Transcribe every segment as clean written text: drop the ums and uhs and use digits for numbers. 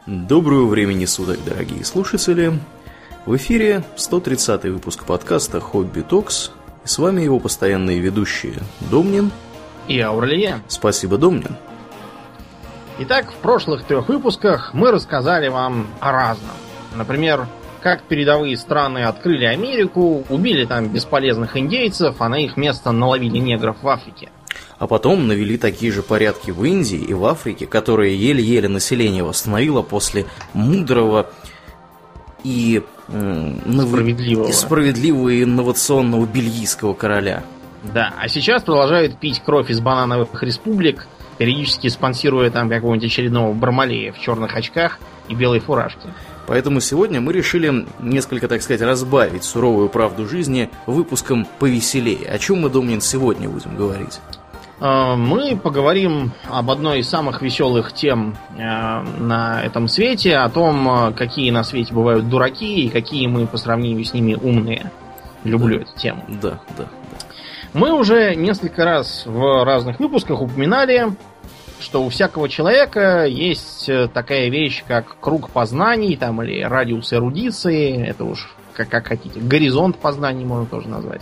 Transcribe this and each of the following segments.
Доброго времени суток, дорогие слушатели! В эфире 130-й выпуск подкаста «Хобби Токс». И с вами его постоянные ведущие Домнин и Аурлиен. Спасибо, Домнин. Итак, в прошлых 3 выпусках мы рассказали вам о разном. Например, как передовые страны открыли Америку, убили там бесполезных индейцев, а на их место наловили негров в Африке. А потом навели такие же порядки в Индии и в Африке, которые еле-еле население восстановило после мудрого и справедливого и инновационного бельгийского короля. Да, а сейчас продолжают пить кровь из банановых республик, периодически спонсируя там какого-нибудь очередного Бармалея в черных очках и белой фуражке. Поэтому сегодня мы решили несколько, так сказать, разбавить суровую правду жизни выпуском повеселее. О чем мы, Домнин, сегодня будем говорить? Мы поговорим об одной из самых веселых тем на этом свете, о том, какие на свете бывают дураки и какие мы по сравнению с ними умные. Люблю эту тему. Да. Мы уже несколько раз в разных выпусках упоминали, что у всякого человека есть такая вещь, как круг познаний, там, или радиус эрудиции, это уж как хотите, горизонт познаний можно тоже назвать.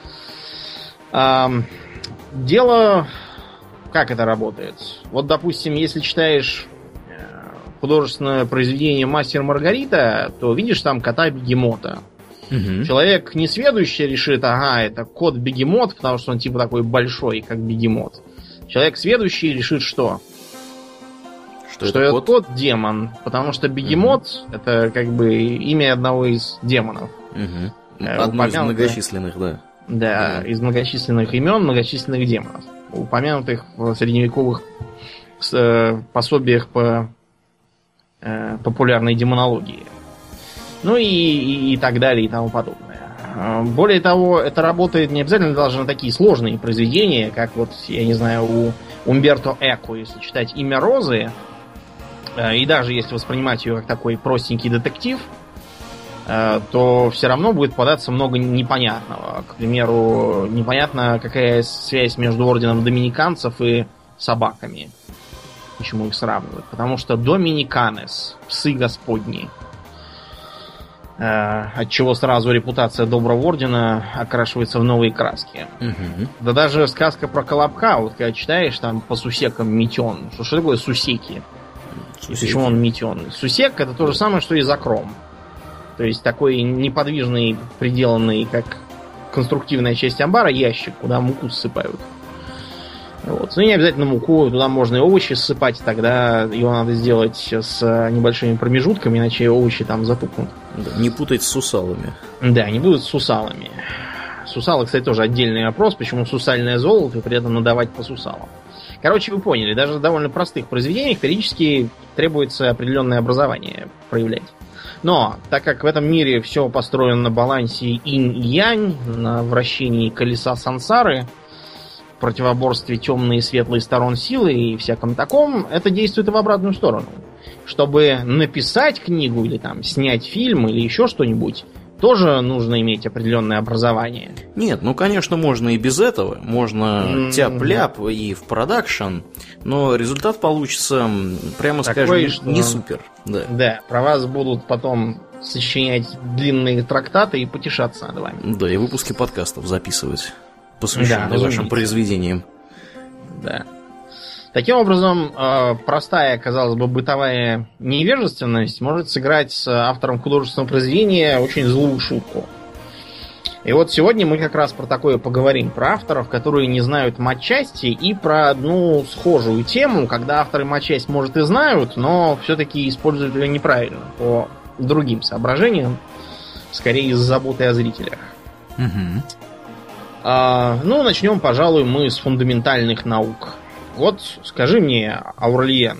Дело, как это работает? Вот, допустим, если читаешь художественное произведение «Мастер и Маргарита», то видишь там кота-бегемота. Угу. Человек несведущий решит, ага, это кот-бегемот, потому что он типа такой большой, как бегемот. Человек сведущий решит, что это кот-демон, потому что бегемот это как бы имя одного из демонов. Угу. Одно из многочисленных, да. Да, из многочисленных имен, многочисленных демонов, упомянутых в средневековых пособиях по популярной демонологии. Ну и так далее и тому подобное. Более того, это работает не обязательно даже на такие сложные произведения, как вот, я не знаю, у Умберто Эко, если читать «Имя Розы», и даже если воспринимать ее как такой простенький детектив, то все равно будет попадаться много непонятного. К примеру, непонятно, какая связь между орденом доминиканцев и собаками. Почему их сравнивают? Потому что доминиканес, псы господни. Отчего сразу репутация доброго ордена окрашивается в новые краски. Угу. Да даже сказка про Колобка, вот когда читаешь, там по сусекам метен. Что такое сусеки? И почему он метен? Сусек это то же самое, что и закром. То есть такой неподвижный, приделанный, как конструктивная часть амбара, ящик, куда муку ссыпают. Вот. Ну, не обязательно муку, туда можно и овощи ссыпать, тогда его надо сделать с небольшими промежутками, иначе овощи там затухнут. Да, не путать с сусалами. Да, не будут с сусалами. Сусалы, кстати, тоже отдельный вопрос, почему сусальное золото и при этом надавать по сусалам. Короче, вы поняли, даже в довольно простых произведениях периодически требуется определенное образование проявлять. Но, так как в этом мире все построено на балансе инь и янь, на вращении колеса сансары, противоборстве темной и светлой сторон силы и всяком таком, это действует и в обратную сторону. Чтобы написать книгу или там снять фильм или еще что-нибудь, тоже нужно иметь определенное образование. Нет, ну, конечно, можно и без этого. Можно тяп-ляп и в продакшн, но результат получится, прямо такой, скажем, не супер. Да, про вас будут потом сочинять длинные трактаты и потешаться над вами. Да, и выпуски подкастов записывать, посвященные вашим произведениям. Да. Таким образом, простая, казалось бы, бытовая невежественность может сыграть с автором художественного произведения очень злую шутку. И вот сегодня мы как раз про такое поговорим, про авторов, которые не знают матчасти, и про одну схожую тему, когда авторы матчасть, может, и знают, но все-таки используют ее неправильно, по другим соображениям, скорее из заботы о зрителях. Угу. Ну, начнем, пожалуй, мы с фундаментальных наук. Вот скажи мне, Аурлиен,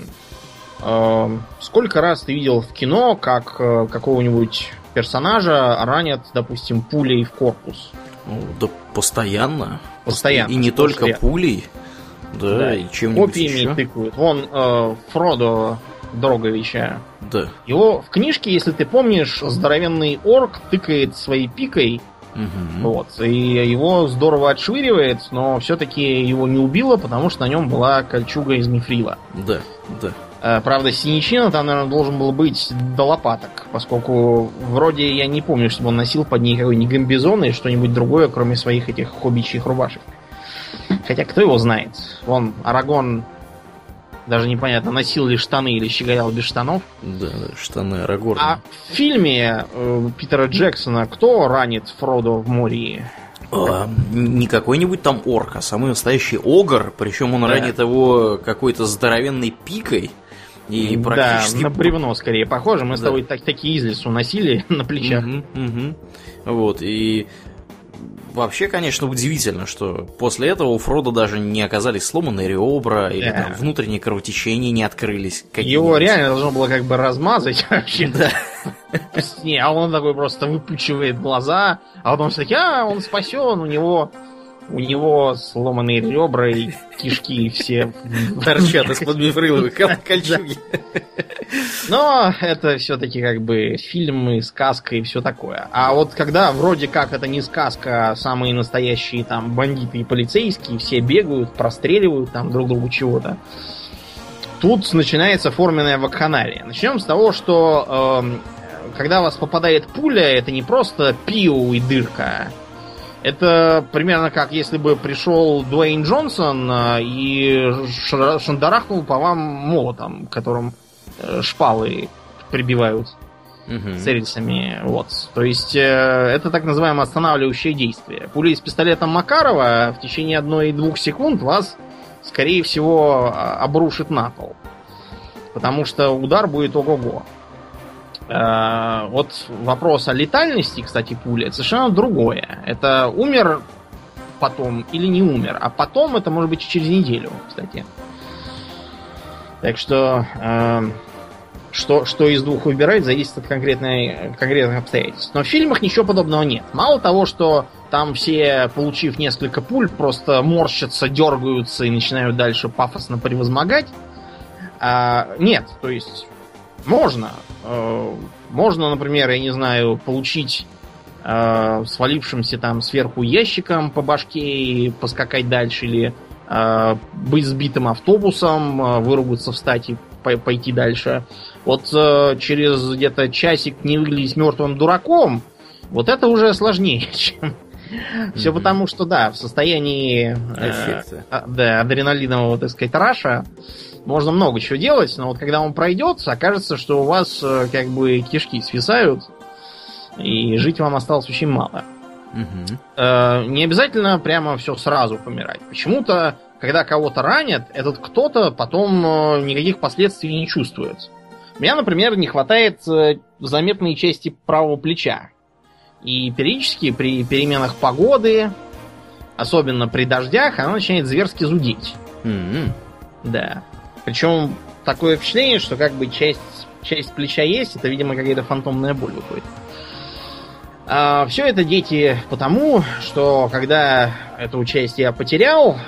сколько раз ты видел в кино, как какого-нибудь персонажа ранят, допустим, пулей в корпус? Да постоянно. Постоянно. И не только пулей, да, и чем-нибудь копьями еще. тыкают. Вон Фродо Дроговича. Да. Его в книжке, если ты помнишь, здоровенный орк тыкает своей пикой. Угу. Вот. И его здорово отшвыривает, но все-таки его не убило, потому что на нем была кольчуга из мифрила. Да, да. Правда, синячина там, наверное, должен был быть до лопаток, поскольку вроде я не помню, чтобы он носил под ней какой-нибудь гамбизон или что-нибудь другое, кроме своих этих хоббичьих рубашек. Хотя кто его знает? Вон, Арагон, даже непонятно, носил ли штаны или щеголял без штанов. Да, штаны Арагорна. А в фильме Питера Джексона кто ранит Фродо в море? Не какой-нибудь там орк, а самый настоящий огр. Причем он ранит его какой-то здоровенной пикой. И практически... Да, на бревно скорее похоже. Мы с тобой такие из лесу носили на плечах. Вот, и... Вообще, конечно, удивительно, что после этого у Фродо даже не оказались сломанные ребра, или там внутренние кровотечения не открылись. Его реально должно было как бы размазать вообще. Да. Не, а он такой просто выпучивает глаза, а потом все таки, он спасен, у него сломанные ребра и кишки все торчат из-под мифриловой кольчуги. Но это все-таки как бы фильмы, сказка и все такое. А вот когда вроде как это не сказка, а самые настоящие там бандиты и полицейские, все бегают, простреливают там друг другу чего-то, тут начинается форменная вакханалия. Начнем с того, что когда у вас попадает пуля, это не просто пиу и дырка. Это примерно как если бы пришел Дуэйн Джонсон и шандарахнул по вам молотом, которым шпалы прибивают с рельсами. Вот. То есть это так называемое останавливающее действие. Пуля из пистолета Макарова в течение 1-2 секунд вас, скорее всего, обрушит на пол. Потому что удар будет ого-го. Вот вопрос о летальности, кстати, пули, это совершенно другое. Это умер потом или не умер. А потом это может быть через неделю, кстати. Так что что из двух выбирать, зависит от конкретных обстоятельств. Но в фильмах ничего подобного нет. Мало того, что там все, получив несколько пуль, просто морщатся, дергаются и начинают дальше пафосно превозмогать. Нет, то есть можно. Можно, например, я не знаю, получить свалившимся там сверху ящиком по башке и поскакать дальше, или быть сбитым автобусом, выругаться, встать и пойти дальше. Вот через где-то часик не выглядеть мертвым дураком, вот это уже сложнее, чем... Все потому, что, да, в состоянии адреналинового, так сказать, раша можно много чего делать, но вот когда он пройдет, окажется, что у вас как бы кишки свисают, и жить вам осталось очень мало. Не обязательно прямо все сразу помирать. Почему-то, когда кого-то ранят, этот кто-то потом никаких последствий не чувствует. У меня, например, не хватает заметной части правого плеча. И периодически при переменах погоды, особенно при дождях, она начинает зверски зудеть. Да. Причем такое впечатление, что как бы часть плеча есть, это, видимо, какая-то фантомная боль выходит. Все это, дети, потому, что когда эту часть я потерял,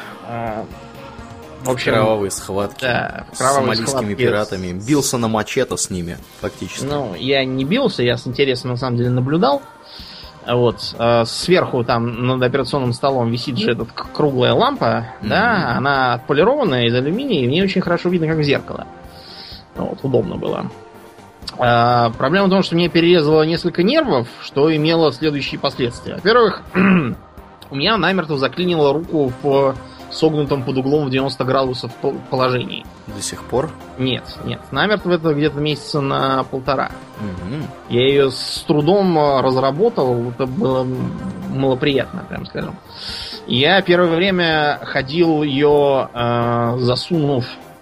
в общем, кровавые схватки, да, с сомалийскими пиратами, бился на мачете с ними, фактически. Ну, я не бился, я с интересом, на самом деле, наблюдал. Вот, сверху там над операционным столом висит же эта круглая лампа, да, она отполированная из алюминия, и в ней очень хорошо видно, как в зеркало. Вот, удобно было. Проблема в том, что мне перерезало несколько нервов, что имело следующие последствия. Во-первых, у меня намертво заклинило руку в согнутом под углом в 90 градусов положении. До сих пор? Нет. Намертво это где-то месяца на 1,5. Я ее с трудом разработал, это было малоприятно, прям скажем. Я первое время ходил ее, засунув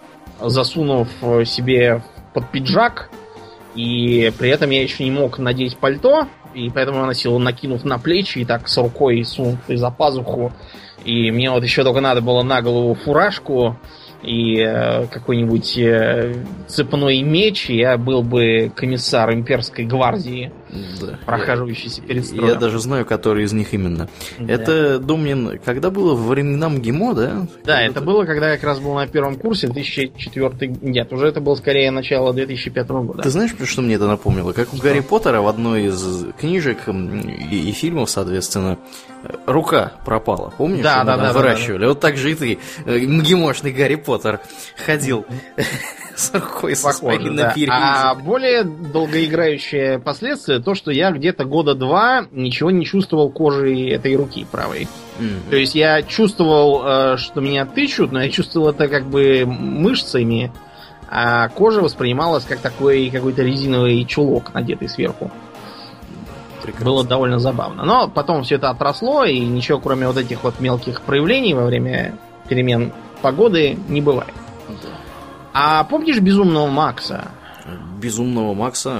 себе под пиджак, и при этом я еще не мог надеть пальто, и поэтому я носил, накинув на плечи, и так с рукой сунув за пазуху. И мне вот еще только надо было на голову фуражку и какой-нибудь цепной меч, и я был бы комиссар имперской гвардии, да, прохаживающийся перед строем. Я даже знаю, который из них именно. Да. Это, Домнин, когда было во времена МГИМО, да? Да, это было, когда я как раз был на первом курсе, 2004... Нет, уже это было скорее начало 2005 года. Ты знаешь, что мне это напомнило? Как у Гарри Поттера в одной из книжек и фильмов, соответственно, рука пропала. Помнишь? Да, выращивали. Да. Вот так же и ты, МГИМОшный Гарри Поттер, ходил с рукой со своей на перевязи. А более долгоиграющее последствие то, что я где-то года 2 ничего не чувствовал кожей этой руки правой. То есть я чувствовал, что меня тычут, но я чувствовал это как бы мышцами, а кожа воспринималась как такой какой-то резиновый чулок, надетый сверху. Прекрасно. Было довольно забавно. Но потом все это отросло, и ничего, кроме вот этих вот мелких проявлений во время перемен погоды, не бывает. Да. А помнишь «Безумного Макса»? «Безумного Макса»?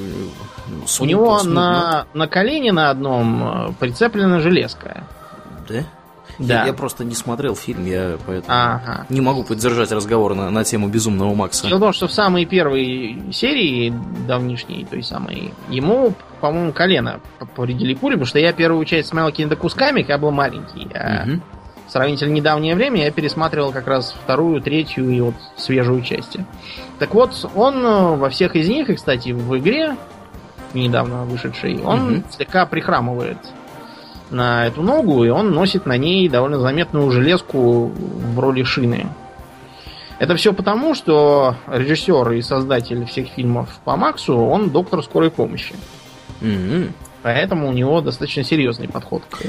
У него на колене на одном прицеплена железка. Да? Да. Я просто не смотрел фильм, я поэтому не могу поддержать разговор на тему «Безумного Макса». Дело в том, что в самой первой серии давнишней, той самой, ему, по-моему, колено повредили пули, потому что я первую часть смотрел какими-то кусками, когда был маленький. А в сравнительно недавнее время я пересматривал как раз вторую, третью и вот свежую части. Так вот, он во всех из них, и, кстати, в игре, недавно вышедшей, он слегка прихрамывает на эту ногу, и он носит на ней довольно заметную железку в роли шины. Это все потому, что режиссер и создатель всех фильмов по Максу, он доктор скорой помощи. Поэтому у него достаточно серьезный подход к...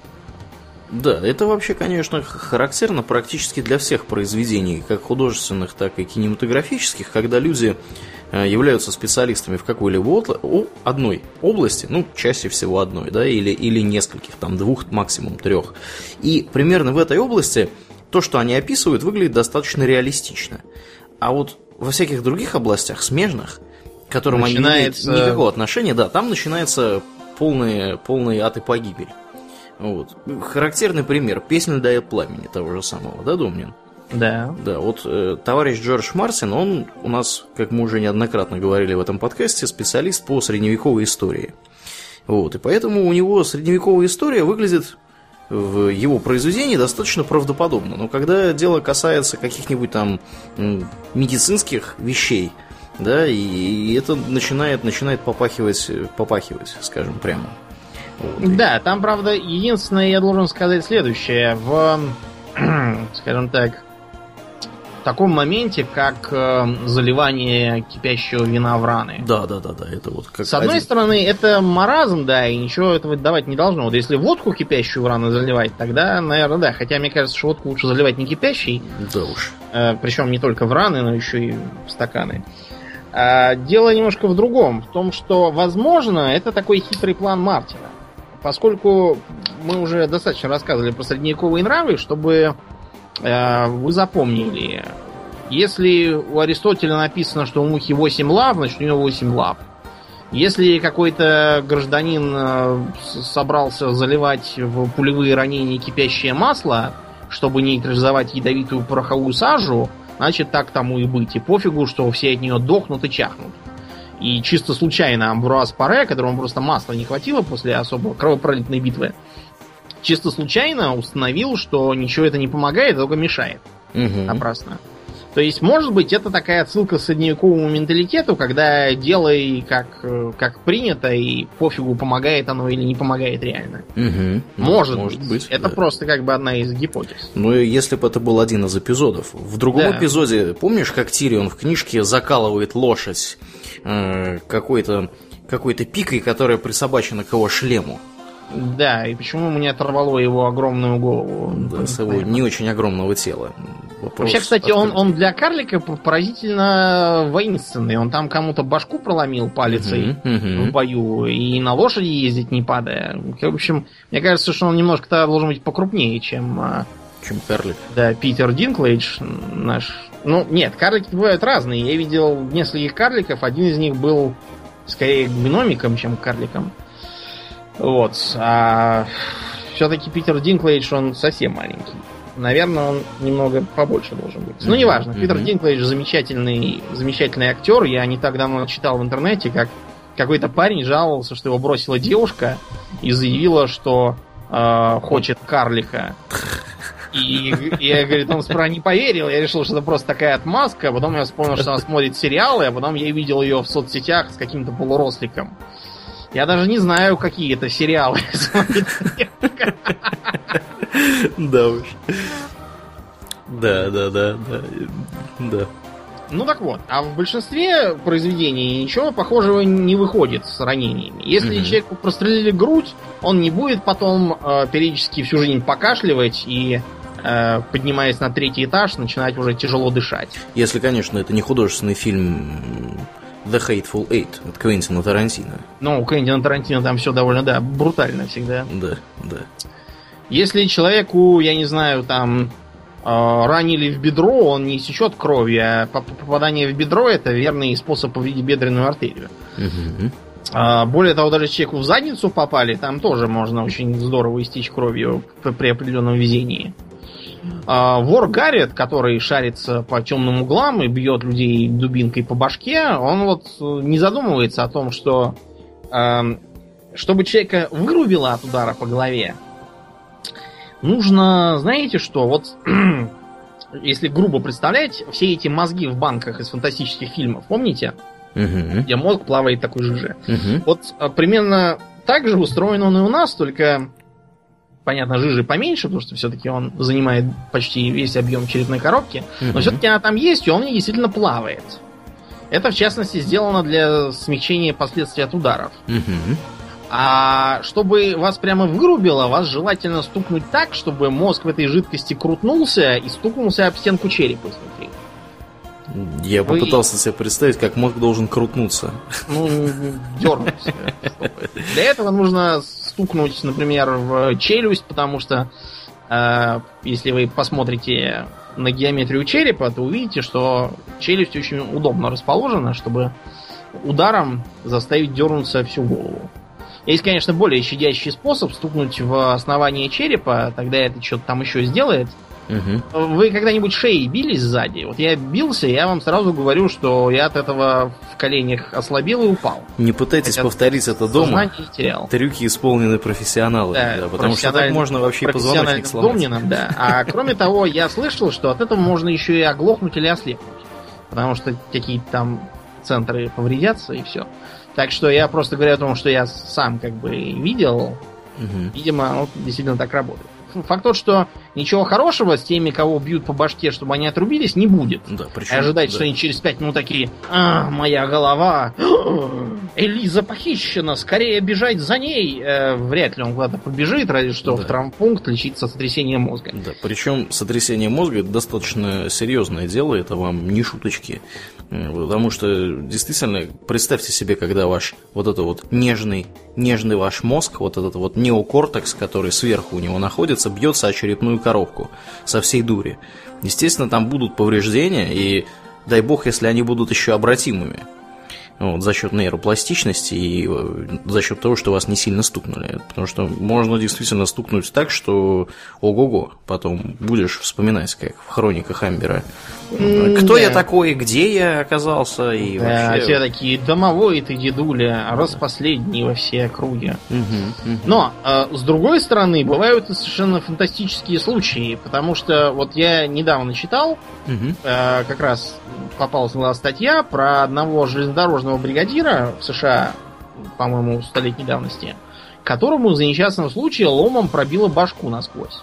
Да, это вообще, конечно, характерно практически для всех произведений, как художественных, так и кинематографических, когда люди являются специалистами в какой-либо одной области, ну, чаще всего одной, да, или нескольких, там, 2, максимум 3. И примерно в этой области то, что они описывают, выглядит достаточно реалистично. А вот во всяких других областях, смежных, к которым они не имеют никакого отношения, да, там начинается полный ад и погибель. Вот. Характерный пример. «Песня льда и пламени» того же самого, да, Домнин? Да. Да, вот товарищ Джордж Мартин, он у нас, как мы уже неоднократно говорили в этом подкасте, специалист по средневековой истории. Вот, и поэтому у него средневековая история выглядит в его произведении достаточно правдоподобно. Но когда дело касается каких-нибудь там медицинских вещей, да, и это начинает попахивать, скажем прямо. Вот. Да, там, правда, единственное, я должен сказать следующее. В, скажем так, таком моменте, как заливание кипящего вина в раны. Да, это вот как. С одной стороны, это маразм, да, и ничего этого давать не должно. Вот если водку кипящую в раны заливать, тогда, наверное, да. Хотя мне кажется, что водку лучше заливать не кипящей. Да уж. Причем не только в раны, но еще и в стаканы. Дело немножко в другом. В том, что, возможно, это такой хитрый план Мартина. Поскольку мы уже достаточно рассказывали про средневековые нравы, чтобы вы запомнили, если у Аристотеля написано, что у мухи 8 лап, значит у него 8 лап. Если какой-то гражданин собрался заливать в пулевые ранения кипящее масло, чтобы нейтрализовать ядовитую пороховую сажу, значит так тому и быть. И пофигу, что все от нее дохнут и чахнут. И чисто случайно Амбруаз Паре, которому просто масла не хватило после особо кровопролитной битвы, чисто случайно установил, что ничего это не помогает, а только мешает. Напрасно. То есть, может быть, это такая отсылка к средневековому менталитету, когда делай как принято, и пофигу, помогает оно или не помогает реально. Может быть. Это просто как бы одна из гипотез. Ну, если бы это был один из эпизодов. В другом эпизоде, помнишь, как Тирион в книжке закалывает лошадь какой-то пикой, которая присобачена к его шлему? Да, и почему мне оторвало его огромную голову? Да, с его не очень огромного тела. Вообще, кстати, он для карлика поразительно воинственный. Он там кому-то башку проломил палицей в бою и на лошади ездить не падая. В общем, мне кажется, что он немножко должен быть покрупнее, чем карлик. Да, Питер Динклейдж наш. Ну, нет, карлики бывают разные. Я видел нескольких карликов. Один из них был скорее гномиком, чем карликом. Вот. А все-таки Питер Динклейдж, он совсем маленький. Наверное, он немного побольше должен быть. Ну, неважно. Питер Динклейдж замечательный актер. Я не так давно читал в интернете, как какой-то парень жаловался, что его бросила девушка и заявила, что хочет карлика. И я, говорит, он сперва не поверил. Я решил, что это просто такая отмазка. Потом я вспомнил, что она смотрит сериалы, а потом я видел ее в соцсетях с каким-то полуросликом. Я даже не знаю, какие это сериалы смотрит. Да уж. Да. Ну так вот, а в большинстве произведений ничего похожего не выходит с ранениями. Если человеку прострелили грудь, он не будет потом периодически всю жизнь покашливать и, поднимаясь на 3-й этаж, начинать уже тяжело дышать. Если, конечно, это не художественный фильм The Hateful Eight от Квентина Тарантино. Ну, у Квентина Тарантино там все довольно, да, брутально всегда. Да. Если человеку, я не знаю, там ранили в бедро, он не сечет кровью, а попадание в бедро — это верный способ повредить бедренную артерию. Более того, даже человеку в задницу попали, там тоже можно очень здорово истечь кровью при определенном везении. Вор Гарриет, который шарится по темным углам и бьет людей дубинкой по башке, он вот не задумывается о том, что чтобы человека вырубило от удара по голове, нужно, знаете что, вот если грубо представлять, все эти мозги в банках из фантастических фильмов, помните? Где мозг плавает такой жиже. Вот примерно так же устроен он и у нас, только, понятно, жижи поменьше, потому что все-таки он занимает почти весь объем черепной коробки, но все-таки она там есть, и он в ней действительно плавает. Это, в частности, сделано для смягчения последствий от ударов. А чтобы вас прямо вырубило, вас желательно стукнуть так, чтобы мозг в этой жидкости крутнулся и стукнулся об стенку черепа изнутри. Я попытался себе представить, как мозг должен крутнуться. Ну, дернуться. Для этого нужно стукнуть, например, в челюсть, потому что если вы посмотрите на геометрию черепа, то увидите, что челюсть очень удобно расположена, чтобы ударом заставить дернуться всю голову. Есть, конечно, более щадящий способ стукнуть в основание черепа, тогда это что-то там еще сделает. Вы когда-нибудь шеей бились сзади? Вот я бился, я вам сразу говорю, что я от этого в коленях ослабел и упал. Не пытайтесь повторить это дома. Трюки исполнены профессионалами, да, потому что так можно вообще позвоночник сломать. Да. А кроме того, я слышал, что от этого можно еще и оглохнуть или ослепнуть. Потому что какие-то там центры повредятся и все. Так что я просто говорю о том, что я сам как бы видел. Видимо, вот действительно так работает. Факт тот, что ничего хорошего с теми, кого бьют по башке, чтобы они отрубились, не будет. Да, причем, ожидать, что они через 5 минут такие: моя голова, Элиза похищена, скорее бежать за ней. Вряд ли он куда-то побежит, разве что в травмпункт лечиться сотрясением мозга. Да, причем сотрясение мозга — это достаточно серьезное дело, это вам не шуточки. Потому что, действительно, представьте себе, когда ваш вот это вот нежный ваш мозг, вот этот вот неокортекс, который сверху у него находится, бьется о черепную коробку со всей дури. Естественно, там будут повреждения, и дай бог, если они будут еще обратимыми. Вот, за счет нейропластичности и за счет того, что вас не сильно стукнули. Потому что можно действительно стукнуть так, что ого-го, потом будешь вспоминать, как в хрониках Амбера. Кто я такой, где я оказался и вообще... Все такие: домовой ты, дедуля, раз последний во все округи. Но, с другой стороны, бывают и совершенно фантастические случаи, потому что вот я недавно читал, как раз попалась на статья про одного железнодорожного бригадира в США, по-моему, 100-летней давности, которому за несчастным случаем ломом пробило башку насквозь.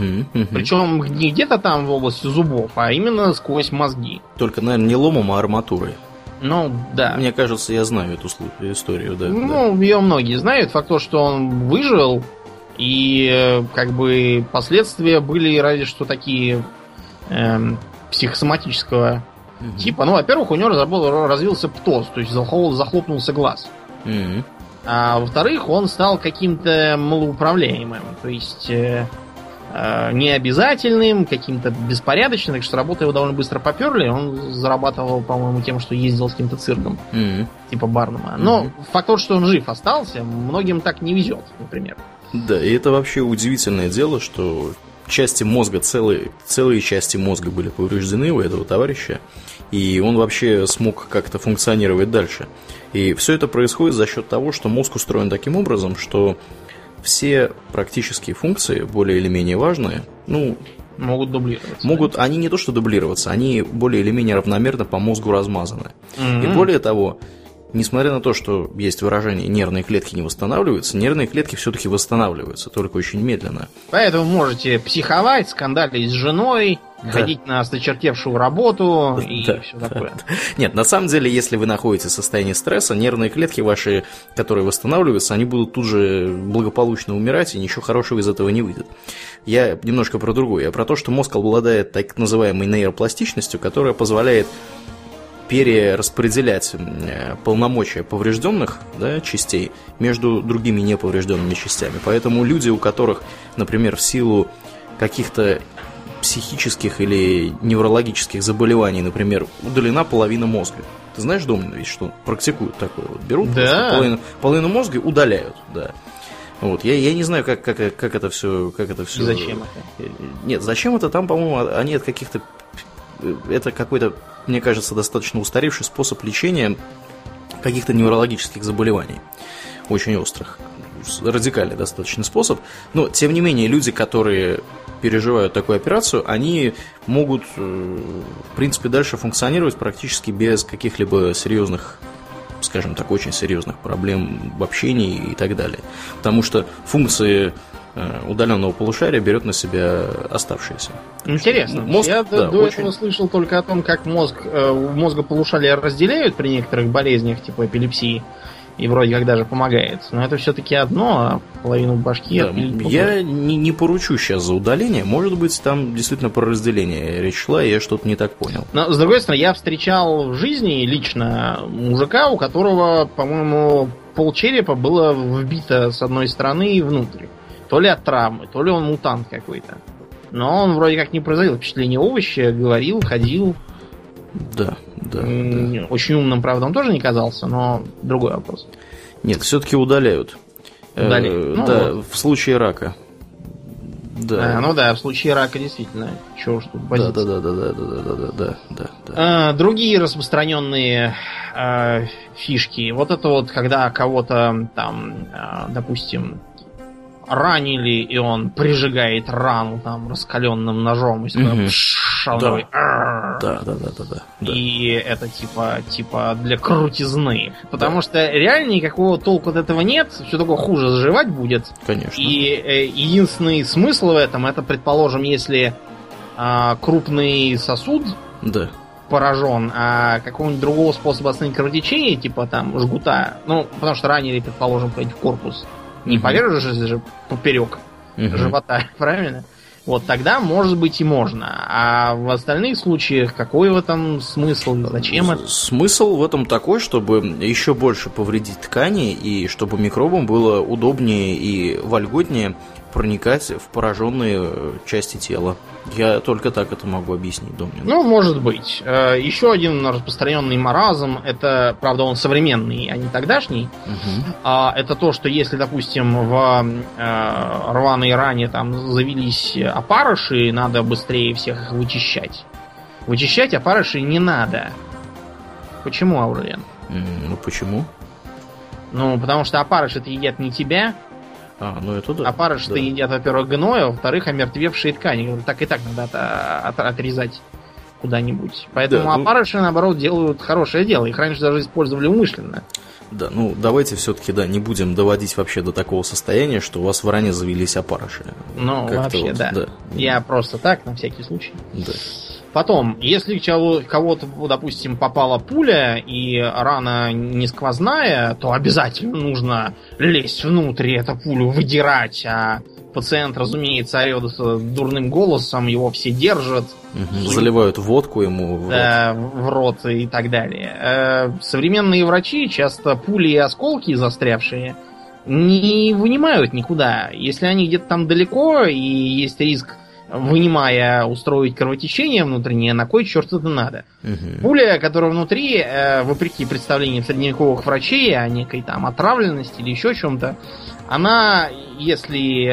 Причем не где-то там в области зубов, а именно сквозь мозги. Только, наверное, не ломом, а арматурой. Ну, да. Мне кажется, я знаю эту историю, да. Ну, ее многие знают. Факт то, что он выжил, и как бы последствия были разве что такие психосоматического типа. Ну, во-первых, у него развился птоз, то есть захлопнулся глаз. А во-вторых, он стал каким-то малоуправляемым, то есть необязательным, каким-то беспорядочным, так что работа его довольно быстро поперли. Он зарабатывал, по-моему, тем, что ездил с каким-то цирком, типа Барнума. Но факт тот, что он жив остался, многим так не везет, например. Да, и это вообще удивительное дело, что части мозга, целые части мозга были повреждены у этого товарища, и он вообще смог как-то функционировать дальше. И все это происходит за счет того, что мозг устроен таким образом, что все практические функции, более или менее важные, могут дублироваться. Они не то что дублироваться, они более или менее равномерно по мозгу размазаны. И более того, несмотря на то, что есть выражение «нервные клетки не восстанавливаются», нервные клетки все-таки восстанавливаются, только очень медленно. Поэтому можете психовать, скандалить с женой, ходить на осточертевшую работу и все такое. Нет, на самом деле, если вы находитесь в состоянии стресса, нервные клетки ваши, которые восстанавливаются, они будут тут же благополучно умирать, и ничего хорошего из этого не выйдет. Я немножко про другое. Я про то, что мозг обладает так называемой нейропластичностью, которая позволяет перераспределять полномочия поврежденных, да, частей между другими неповрежденными частями. Поэтому люди, у которых, например, в силу каких-то психических или неврологических заболеваний, например, удалена половина мозга. Ты знаешь, Домнин, ведь что практикуют такое? Вот берут, да, половину мозга удаляют, да. Вот, я не знаю, как это все. Зачем это? Нет, зачем это? Там, по-моему, они от каких-то. Это какой-то, мне кажется, достаточно устаревший способ лечения каких-то неврологических заболеваний. Очень острых. Радикальный достаточно способ. Но, тем не менее, люди, которые переживают такую операцию, они могут, в принципе, дальше функционировать практически без каких-либо серьезных, скажем так, очень серьезных проблем в общении и так далее. Потому что функции удаленного полушария берет на себя оставшиеся. Интересно. Мозг, я до этого слышал только о том, как мозга полушария разделяют при некоторых болезнях, типа эпилепсии, и вроде как даже помогает. Но это все-таки одно, а половину башки... Да, я не поручу сейчас за удаление. Может быть, там действительно про разделение речь шла, и я что-то не так понял. Но, с другой стороны, я встречал в жизни лично мужика, у которого, по-моему, полчерепа было вбито с одной стороны внутрь. То ли от травмы, то ли он мутант какой-то. Но он вроде как не производил впечатление овоща, говорил, ходил. Да. Очень умным, правда, он тоже не казался, но другой вопрос. Нет, все-таки удаляют. Да, вот. В случае рака. Да. В случае рака действительно. Чего ж тут возиться? Да. Другие распространенные фишки. Вот это вот, когда кого-то там, допустим, ранили, и он прижигает рану там раскаленным ножом, и шаловый. Да. И это типа для крутизны. Потому что реально никакого толку от этого нет, все только хуже заживать будет. Конечно. И единственный смысл в этом, это, предположим, если крупный сосуд поражен, а какого-нибудь другого способа остановить кровотечение, типа там жгута, потому что ранили, предположим, в корпус, не повержешь же поперек живота, правильно? Вот тогда, может быть, и можно. А в остальных случаях какой в этом смысл? Зачем это? Смысл в этом такой, чтобы еще больше повредить ткани, и чтобы микробам было удобнее и вольготнее проникать в пораженные части тела. Я только так это могу объяснить, Домнин. Может быть. Еще один распространенный маразм, это, правда, он современный, а не тогдашний. Это то, что если, допустим, в рваной ране там завелись опарыши, надо быстрее всех их вычищать. Вычищать опарыши не надо. Почему, Аурлиен? Почему? Потому что опарыши-то едят не тебя. Это да. Опарыши-то едят, во-первых, гной, а во-вторых, омертвевшие ткани. Так и так надо отрезать куда-нибудь. Поэтому опарыши, наоборот, делают хорошее дело. Их раньше даже использовали умышленно. Да, давайте все-таки, не будем доводить вообще до такого состояния, что у вас в ране завелись опарыши. Вообще, да. Я просто так, на всякий случай. Да. Потом, если кого-то, допустим, попала пуля и рана не сквозная, то обязательно нужно лезть внутрь, эту пулю выдирать, а пациент, разумеется, орет дурным голосом, его все держат. Заливают водку ему в рот. В рот и так далее. Современные врачи часто пули и осколки застрявшие не вынимают никуда. Если они где-то там далеко и есть риск, вынимая, устроить кровотечение внутреннее, на кой черт это надо? Пуля, которая внутри, вопреки представлениям средневековых врачей о некой там отравленности или еще чем-то, она, если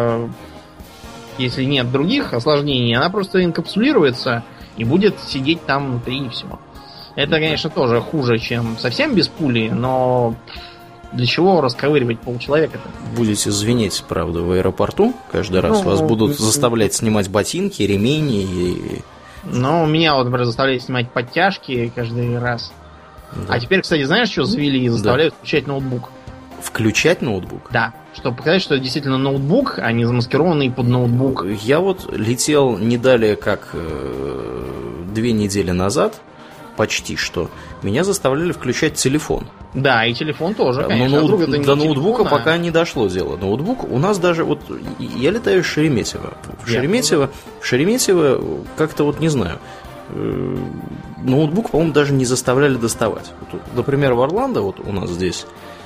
нет других осложнений, она просто инкапсулируется и будет сидеть там внутри и все. Это, конечно, тоже хуже, чем совсем без пули, но для чего расковыривать полчеловека-то? Будете звенеть, правда, в аэропорту каждый раз. Вас будут заставлять снимать ботинки, ремень и... Меня, например, заставляют снимать подтяжки каждый раз. Да. А теперь, кстати, знаешь, что завели? Заставляют включать ноутбук. Включать ноутбук? Да. Чтобы показать, что это действительно ноутбук, а не замаскированный под ноутбук. Я вот летел не далее, как 2 недели назад, почти что, меня заставляли включать телефон. Да, и телефон тоже, конечно. Но до ноутбука пока не дошло дело. Ноутбук у нас даже... Вот я летаю в Шереметьево. В Шереметьево как-то вот не знаю. Ноутбук, по-моему, даже не заставляли доставать. Вот, например, в Орландо, вот у нас здесь,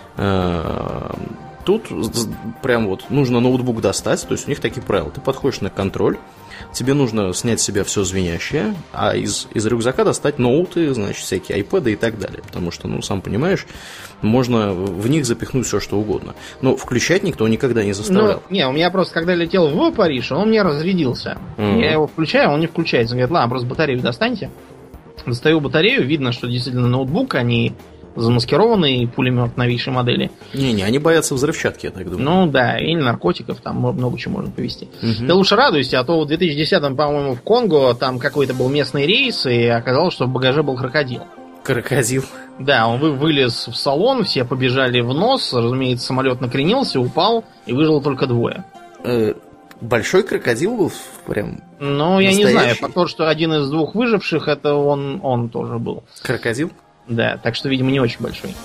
тут прям вот нужно ноутбук достать. То есть у них такие правила. Ты подходишь на контроль, тебе нужно снять с себя все звенящее, а из рюкзака достать ноуты, значит, всякие айпэды и так далее. Потому что, ну, сам понимаешь, можно в них запихнуть все, что угодно. Но включать никто никогда не заставлял. Ну, не, у меня просто, когда летел в Париж, он у меня разрядился. Я его включаю, он не включается. Он говорит, ладно, просто батарею достаньте. Достаю батарею, видно, что действительно ноутбук, они замаскированный пулемет новейшей модели. Не, они боятся взрывчатки, я так думаю. Ну да, или наркотиков, там много чего можно повезти. Ты лучше радуйся, а то в 2010-м, по-моему, в Конго там какой-то был местный рейс, и оказалось, что в багаже был крокодил. Крокодил? Да, он вылез в салон, все побежали в нос, разумеется, самолет накренился, упал, и выжило только 2. Большой крокодил был прям Ну, я не знаю, потому что один из 2 выживших, это он тоже был. Крокодил? Да, так что, видимо, не очень большой.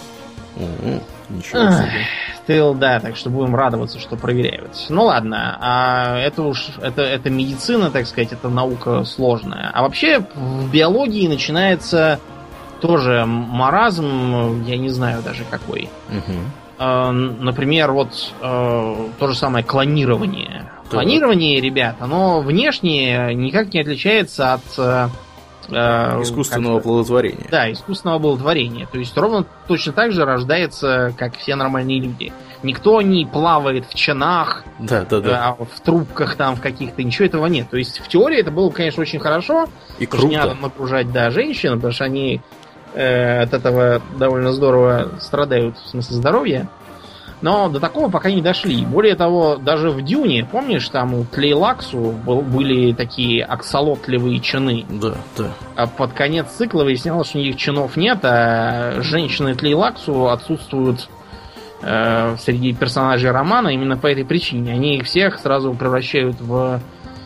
Ничего себе. Да, так что будем радоваться, что проверяют. Ну ладно, а это медицина, так сказать, это наука сложная. А вообще в биологии начинается тоже маразм, я не знаю даже какой. Например, вот то же самое клонирование. Клонирование, ребят, оно внешне никак не отличается от искусственного оплодотворения. Да, искусственного оплодотворения. То есть ровно точно так же рождается, как все нормальные люди. Никто не плавает в чанах, в трубках там в каких-то, ничего этого нет. То есть в теории это было, конечно, очень хорошо. И круто. Не надо нагружать, женщин, потому что они от этого довольно здорово страдают, в смысле здоровья. Но до такого пока не дошли. Более того, даже в Дюне, помнишь, там у Тлейлаксу были такие аксолотливые чины. Да. А под конец цикла выяснялось, что никаких чинов нет, а женщины Тлейлаксу отсутствуют среди персонажей романа именно по этой причине. Они их всех сразу превращают в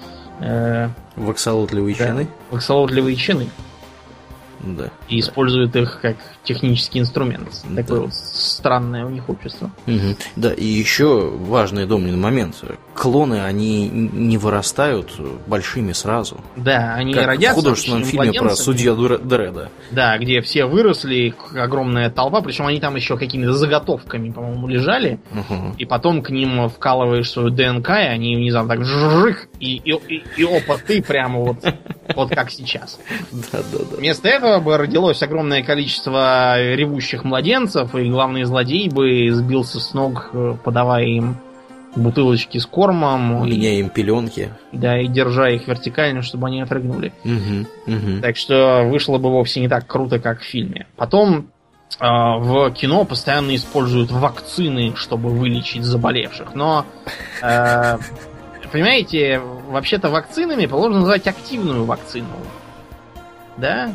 аксолотливые чины? В аксолотливые чины. Да. И используют их как технический инструмент. Такое вот странное у них общество. Да, и еще важный Домнин момент. Клоны, они не вырастают большими сразу. Да, они как родятся. В художественном фильме про судью Дредда. Да, где все выросли, огромная толпа, причем они там еще какими-то заготовками, по-моему, лежали. И потом к ним вкалываешь свою ДНК, и они внезапно так жжик, и опа, ты прямо вот как сейчас. Да. Вместо этого бы родилось огромное количество ревущих младенцев, и главный злодей бы сбился с ног, подавая им бутылочки с кормом. Меняя им пеленки. Да, и держа их вертикально, чтобы они отрыгнули. Так что вышло бы вовсе не так круто, как в фильме. Потом в кино постоянно используют вакцины, чтобы вылечить заболевших. Но, понимаете, вообще-то вакцинами положено называть активную вакцину. Да?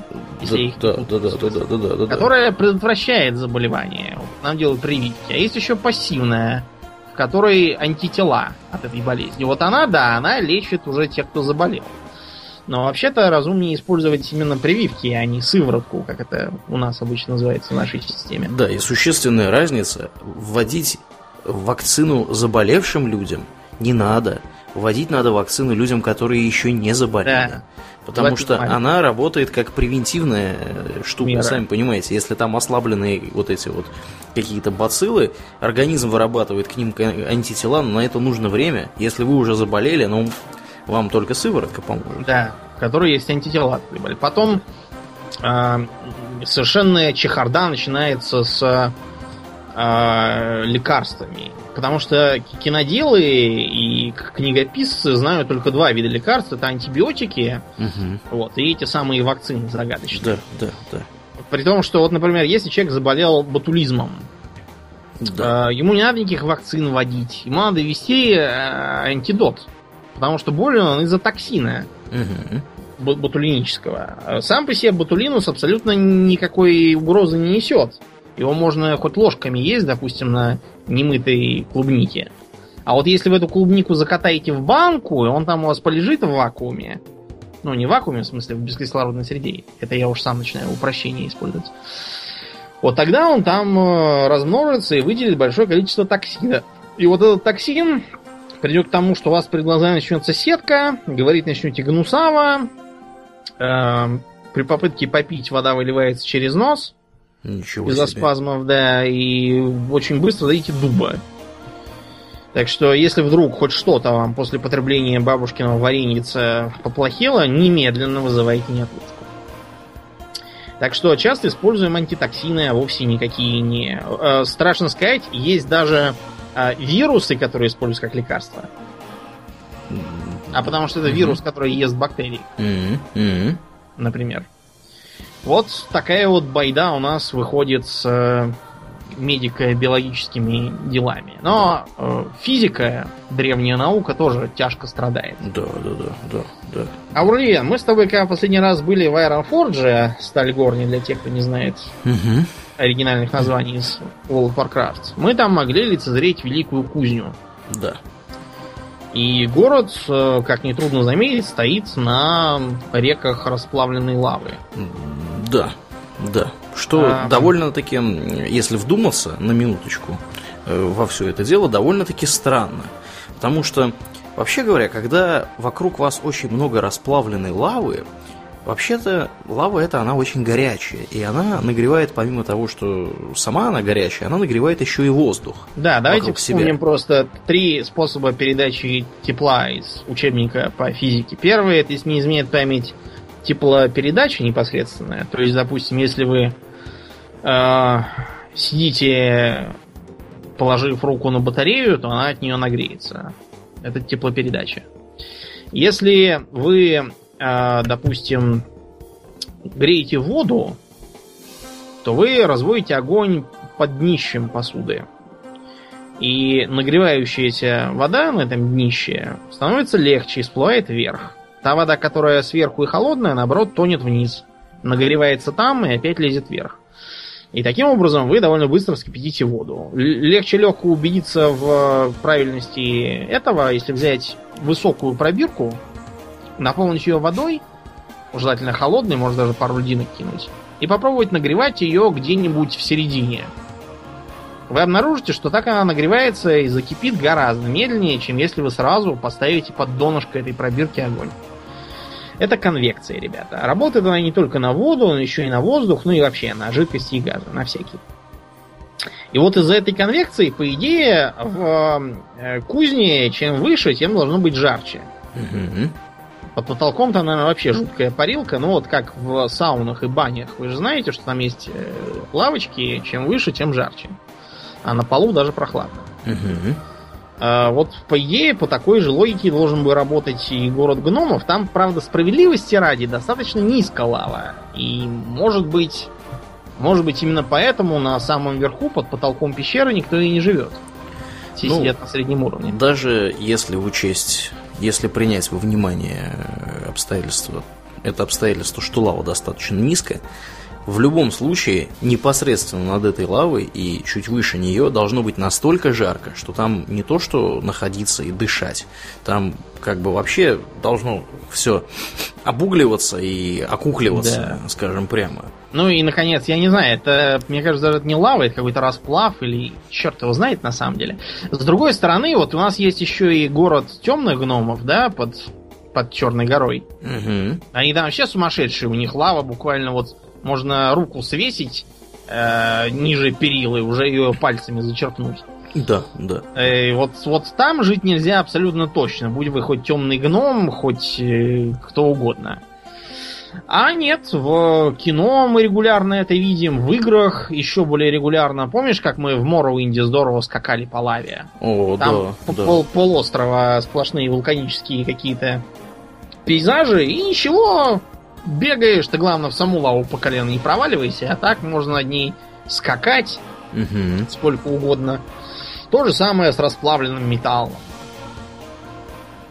Которая предотвращает заболевание. Нам делают прививки. А есть еще пассивная, в которой антитела от этой болезни. Вот она лечит уже тех, кто заболел. Но вообще-то разумнее использовать именно прививки, а не сыворотку, как это у нас обычно называется в нашей системе. Да, и существенная разница. Вводить вакцину заболевшим людям не надо. Вводить надо вакцину людям, которые еще не заболели. Да. Потому что она работает как превентивная штука, мера. Сами понимаете. Если там ослабленные вот эти вот какие-то бациллы, организм вырабатывает к ним антитела, но на это нужно время. Если вы уже заболели, вам только сыворотка поможет. Да, в которой есть антитела. Потом совершенная чехарда начинается с лекарствами. Потому что киноделы и книгописцы знают только 2 вида лекарств. Это антибиотики, и эти самые вакцины загадочные. Да. При том, что, вот, например, если человек заболел ботулизмом, ему не надо никаких вакцин вводить. Ему надо ввести антидот. Потому что болен он из-за токсина. ботулинического. Сам по себе ботулинус абсолютно никакой угрозы не несет. Его можно хоть ложками есть, допустим, на немытой клубнике. А вот если вы эту клубнику закатаете в банку, и он там у вас полежит в вакууме, ну, не в вакууме, в смысле, в бескислородной среде, это я уж сам начинаю упрощение использовать, вот тогда он там размножится и выделит большое количество токсина. И вот этот токсин придет к тому, что у вас перед глазами начнется сетка, говорить начнете гнусаво, при попытке попить вода выливается через нос, из-за спазмов, да, и очень быстро дадите дуба. Так что, если вдруг хоть что-то вам после потребления бабушкиного вареньица поплохело, немедленно вызывайте неотлучку. Так что часто используем антитоксины, а вовсе никакие не... Страшно сказать, есть даже вирусы, которые используются как лекарства. А потому что это вирус, который ест бактерии. Например. Вот такая вот байда у нас выходит с медико-биологическими делами. Но физика, древняя наука, тоже тяжко страдает. Да. Аурлиен, мы с тобой, когда в последний раз были в Ironforge, Стальгорне, для тех, кто не знает оригинальных названий из World of Warcraft, мы там могли лицезреть великую кузню. Да. И город, как нетрудно заметить, стоит на реках расплавленной лавы. Да. Что довольно-таки, если вдуматься на минуточку во все это дело, довольно-таки странно. Потому что, вообще говоря, когда вокруг вас очень много расплавленной лавы, вообще-то лава эта, она очень горячая. И она нагревает, помимо того, что сама она горячая, она нагревает еще и воздух. Да, давайте вспомним просто 3 способа передачи тепла из учебника по физике. Первый, это, если не изменяет память, теплопередача непосредственная. То есть, допустим, если вы сидите, положив руку на батарею, то она от нее нагреется. Это теплопередача. Если вы, допустим, греете воду, то вы разводите огонь под днищем посуды. И нагревающаяся вода на этом днище становится легче и всплывает вверх. Та вода, которая сверху и холодная, наоборот, тонет вниз. Нагревается там и опять лезет вверх. И таким образом вы довольно быстро вскипятите воду. Легче легко убедиться в правильности этого, если взять высокую пробирку, наполнить ее водой, желательно холодной, можно даже пару льдинок кинуть, и попробовать нагревать ее где-нибудь в середине. Вы обнаружите, что так она нагревается и закипит гораздо медленнее, чем если вы сразу поставите под донышко этой пробирки огонь. Это конвекция, ребята. Работает она не только на воду, но еще и на воздух, ну и вообще на жидкости и газы, на всякие. И вот из-за этой конвекции, по идее, в кузне чем выше, тем должно быть жарче. Под потолком там, наверное, вообще жуткая парилка. Ну вот как в саунах и банях. Вы же знаете, что там есть лавочки, чем выше, тем жарче. А на полу даже прохладно. Вот, по идее, по такой же логике должен бы работать и город гномов. Там, правда, справедливости ради, достаточно низкая лава. И, может быть, именно поэтому на самом верху, под потолком пещеры, никто и не живет. Все сидят на среднем уровне. Даже если учесть, если принять во внимание это обстоятельство, что лава достаточно низкая, в любом случае, непосредственно над этой лавой и чуть выше нее должно быть настолько жарко, что там не то что находиться и дышать, там как бы вообще должно все обугливаться и окукливаться, да, скажем прямо. Ну и, наконец, я не знаю, это, мне кажется, даже не лава, это какой-то расплав или черт его знает на самом деле. С другой стороны, вот у нас есть еще и город темных гномов, да, под Черной горой. Они там вообще сумасшедшие, у них лава буквально вот... Можно руку свесить ниже перилы, уже ее пальцами зачерпнуть. Да. Вот там жить нельзя абсолютно точно. Будь вы хоть темный гном, хоть кто угодно. А нет, в кино мы регулярно это видим, в играх еще более регулярно. Помнишь, как мы в Morrowind'е здорово скакали по лаве? Там полуострова сплошные вулканические какие-то пейзажи, и ничего... Бегаешь, ты, главное, в саму лаву по колено не проваливайся, а так можно над ней скакать сколько угодно. То же самое с расплавленным металлом.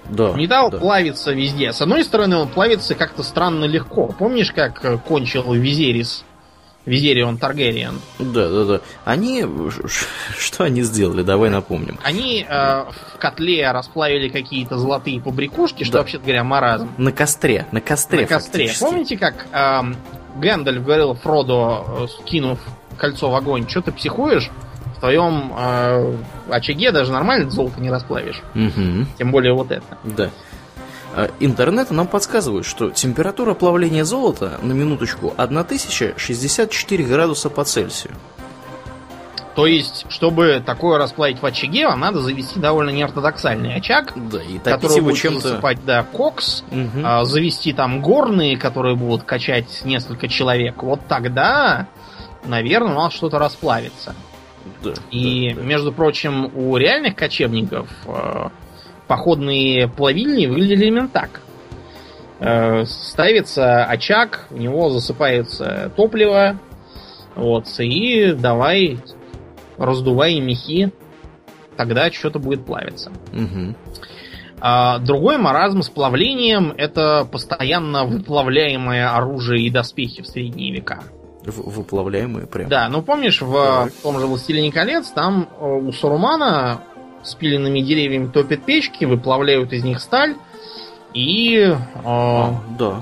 Да. Металл плавится везде. С одной стороны, он плавится как-то странно легко. Помнишь, как кончил Визерис? Визерион Таргариен. Да. Они... Что они сделали? Давай напомним. Они в котле расплавили какие-то золотые побрякушки, что, вообще-то говоря, маразм. На костре. Помните, как Гэндальф говорил Фродо, скинув кольцо в огонь, что ты психуешь? В твоем очаге даже нормально золото не расплавишь. Угу. Тем более вот это. Да. Интернет нам подсказывает, что температура плавления золота, на минуточку, 1064 градуса по Цельсию. То есть, чтобы такое расплавить в очаге, вам надо завести довольно неортодоксальный очаг, да, и который будет засыпать, кокс, завести там горные, которые будут качать несколько человек. Вот тогда, наверное, у нас что-то расплавится. Да, и, между прочим, у реальных кочевников походные плавильни выглядели именно так. Ставится очаг, в него засыпается топливо, и давай раздувай мехи, тогда что-то будет плавиться. Угу. Другой маразм с плавлением — это постоянно выплавляемое оружие и доспехи в средние века. Выплавляемые прям? Да, помнишь, в том же «Властелине колец» там у Сарумана спиленными деревьями топят печки, выплавляют из них сталь и... Да.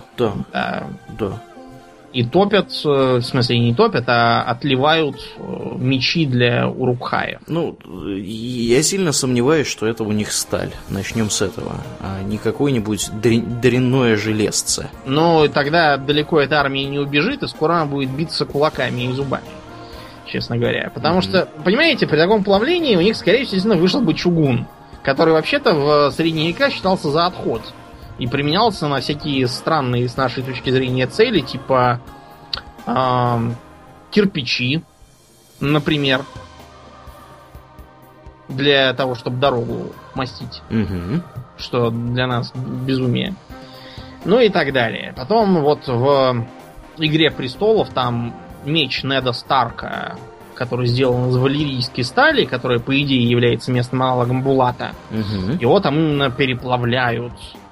И топят, в смысле не топят, а отливают мечи для урукхаев. Я сильно сомневаюсь, что это у них сталь. Начнем с этого. А не какое-нибудь дрянное железце. Тогда далеко эта армия не убежит, и скоро она будет биться кулаками и зубами. Честно говоря. Потому что, понимаете, при таком плавлении у них, скорее всего, вышел бы чугун, который вообще-то в средние века считался за отход. И применялся на всякие странные, с нашей точки зрения, цели, типа кирпичи, например, для того, чтобы дорогу мастить. Угу. Что для нас безумие. И так далее. Потом в «Игре престолов» там меч Неда Старка, который сделан из валерийской стали, которая, по идее, является местным аналогом булата. Угу. Его там именно переплавляют.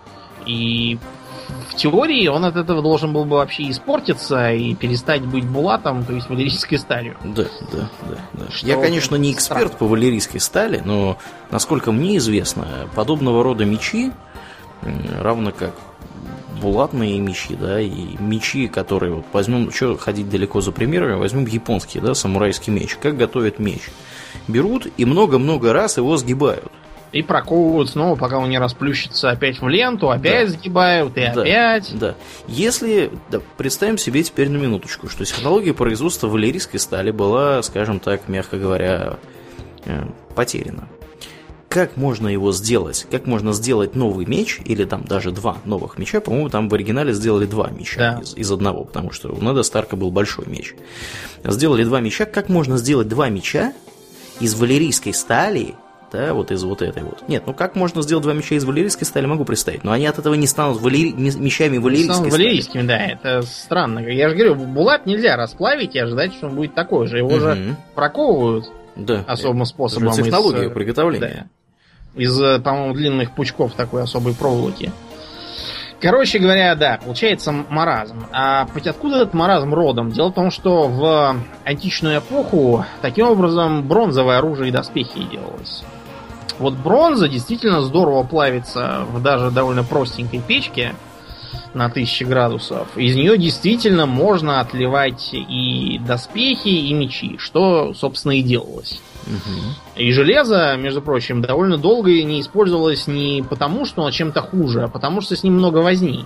И в теории он от этого должен был бы вообще испортиться и перестать быть булатом, то есть валерийской сталью. Да. Я, конечно, не эксперт по валерийской стали, но, насколько мне известно, подобного рода мечи, равно как булатные мечи, и мечи, которые, возьмем, что ходить далеко за примерами, возьмем японский, самурайский меч. Как готовят меч? Берут и много-много раз его сгибают. И проковывают снова, пока он не расплющится опять в ленту, опять сгибают, и опять. Да. Если, представим себе теперь на минуточку, что технология производства валерийской стали была, скажем так, мягко говоря, потеряна. Как можно его сделать? Как можно сделать новый меч, или там даже два новых меча? По-моему, там в оригинале сделали два меча из одного, потому что у Неда Старка был большой меч. Сделали два меча. Как можно сделать два меча из валерийской стали? Из этой вот. Нет, как можно сделать два меча из валерийской стали, могу представить. Но они от этого не станут мечами валерийской стали. Валерийскими, да, это странно. Я же говорю, булат нельзя расплавить и ожидать, что он будет такой же. Его же проковывают особым способом. Это технология приготовления. Да, из, по-моему, длинных пучков такой особой проволоки. Короче говоря, получается маразм. А откуда этот маразм родом? Дело в том, что в античную эпоху таким образом бронзовое оружие и доспехи делалось. Вот бронза действительно здорово плавится в даже довольно простенькой печке на 1000 градусов. Из нее действительно можно отливать и доспехи, и мечи, что, собственно, и делалось. Угу. И железо, между прочим, довольно долго не использовалось не потому, что оно чем-то хуже, а потому что с ним много возни.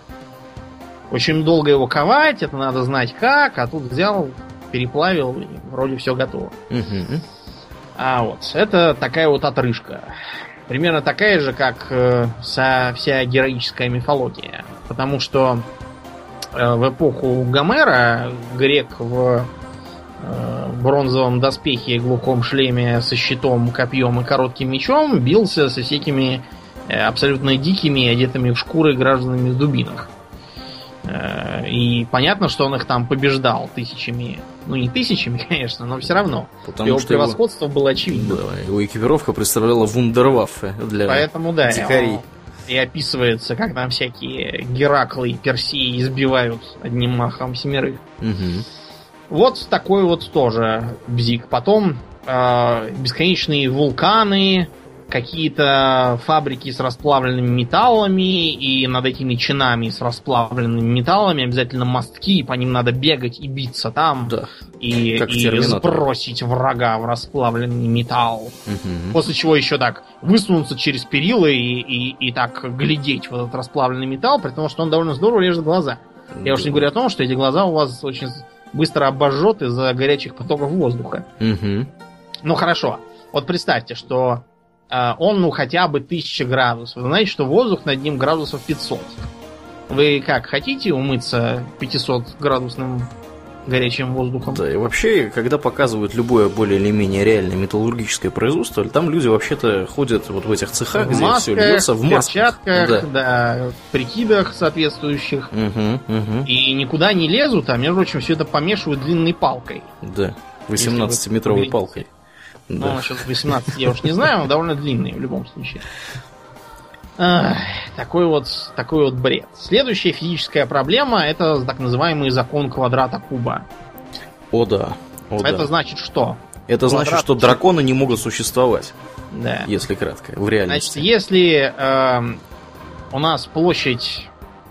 Очень долго его ковать, это надо знать как, а тут взял, переплавил, и вроде все готово. Угу. Это такая вот отрыжка. Примерно такая же, как вся героическая мифология. Потому что в эпоху Гомера грек в бронзовом доспехе, глухом шлеме со щитом, копьем и коротким мечом бился со всякими абсолютно дикими, одетыми в шкуры гражданами в дубинах. И понятно, что он их там побеждал тысячами. Не тысячами, конечно, но все равно. Потому его что превосходство было очевидно. Да, его экипировка представляла вундерваффе для дикарей. И описывается, как там всякие Гераклы и Персии избивают одним махом 7. Вот такой вот тоже бзик. Потом бесконечные вулканы, какие-то фабрики с расплавленными металлами, и над этими чинами с расплавленными металлами обязательно мостки, по ним надо бегать и биться там, да. и сбросить врага в расплавленный металл. После чего еще так высунуться через перила и так глядеть в этот расплавленный металл, при том, что он довольно здорово режет глаза. Я уж не говорю о том, что эти глаза у вас очень быстро обожжет из-за горячих потоков воздуха. Ну хорошо, вот представьте, что он, хотя бы 1000 градусов. Вы знаете, что воздух над ним градусов 500. Вы как, хотите умыться 500-градусным горячим воздухом? Да, и вообще, когда показывают любое более или менее реальное металлургическое производство, там люди вообще-то ходят вот в этих цехах, где масках, все льется, в масках. Перчатках, да, в прикидах соответствующих. И никуда не лезут, а, между прочим, все это помешивают длинной палкой. Да, 18-метровой палкой. Да. Ну, насчет 18 я уж не знаю, но довольно длинный в любом случае. Такой вот бред. Следующая физическая проблема — это так называемый закон квадрата куба. О да. Это значит что? Это значит, что драконы не могут существовать. Да. Если кратко, в реальности. Значит, если у нас площадь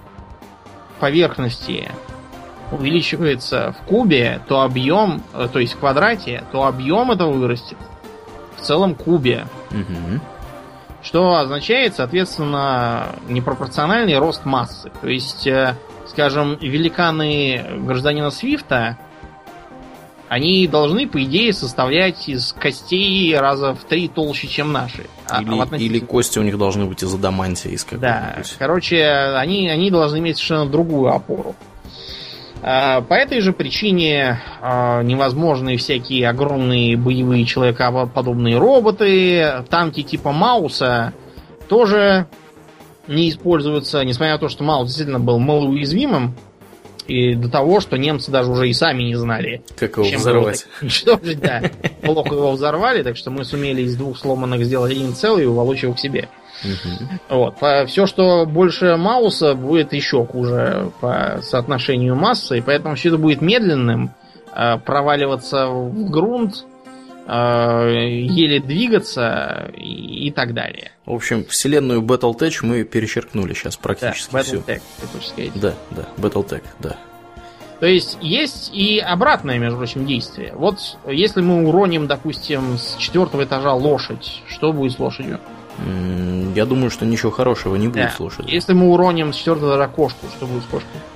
поверхности увеличивается в кубе, то объем, то есть в квадрате, то объем этого вырастет в целом кубе. Что означает, соответственно, непропорциональный рост массы. То есть, скажем, великаны гражданина Свифта, они должны, по идее, составлять из костей раза в 3 толще, чем наши. Или кости у них должны быть из адамантия. Из да, короче, они должны иметь совершенно другую опору. По этой же причине невозможны всякие огромные боевые человекоподобные роботы. Танки типа Мауса тоже не используются, несмотря на то, что Маус действительно был малоуязвимым, и до того, что немцы даже уже и сами не знали, как его взорвать. Да, плохо его взорвали, так что мы сумели из 2 сломанных сделать 1 целый и уволочь его к себе. Вот. Все, что больше Мауса, будет еще хуже по соотношению массы, и поэтому все это будет медленным, проваливаться в грунт, еле двигаться и так далее. В общем, вселенную Battletech мы перечеркнули сейчас практически. Да, Battletech, ты хочешь сказать. Да, Battletech, да. То есть и обратное, между прочим, действие. Вот если мы уроним, допустим, с 4-го этажа лошадь, что будет с лошадью? Я думаю, что ничего хорошего не будет с лошадью. Если мы уроним с 4-го этажа кошку, что будет с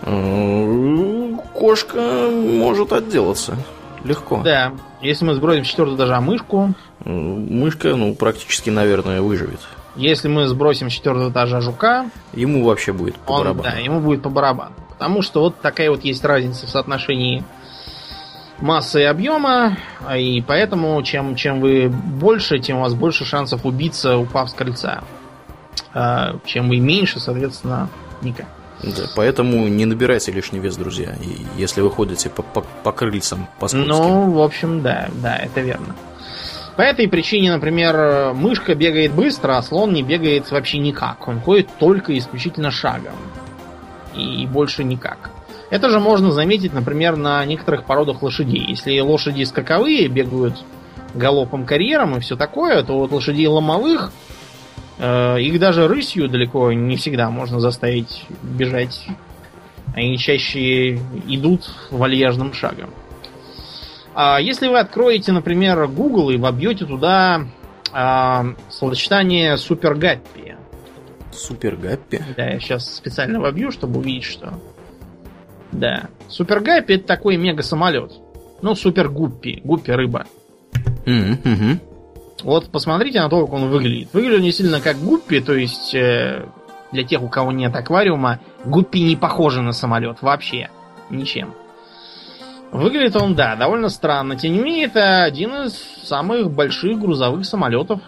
кошкой? Кошка может отделаться. Легко. Да. Если мы сбросим с 4-го этажа мышку... Мышка, практически, наверное, выживет. Если мы сбросим с 4-го этажа жука... Ему вообще будет по барабану. Да, ему будет по барабану. Потому что вот такая вот есть разница в соотношении массы и объема, и поэтому чем вы больше, тем у вас больше шансов убиться, упав с крыльца. Чем вы меньше, соответственно, никак. Да, поэтому не набирайте лишний вес, друзья, если вы ходите по крыльцам, по скользким. Ну, в общем, да, это верно. По этой причине, например, мышка бегает быстро, а слон не бегает вообще никак. Он ходит только исключительно шагом. И больше никак. Это же можно заметить, например, на некоторых породах лошадей. Если лошади скаковые бегают галопом, карьером и все такое, то вот лошадей ломовых, их даже рысью далеко не всегда можно заставить бежать. Они чаще идут вальяжным шагом. А если вы откроете, например, Google и вобьете туда словосочетание супергаппи. Супергаппи? Да, я сейчас специально вобью, чтобы увидеть, что... Да. Супергаппи — это такой мега-самолет. Ну, супергуппи. Гуппи — рыба. Вот посмотрите на то, как он выглядит. Выглядит он не сильно как гуппи, то есть для тех, у кого нет аквариума, гуппи не похожи на самолет вообще. Ничем. Выглядит он, да, довольно странно. Тем не менее, это один из самых больших грузовых самолетов.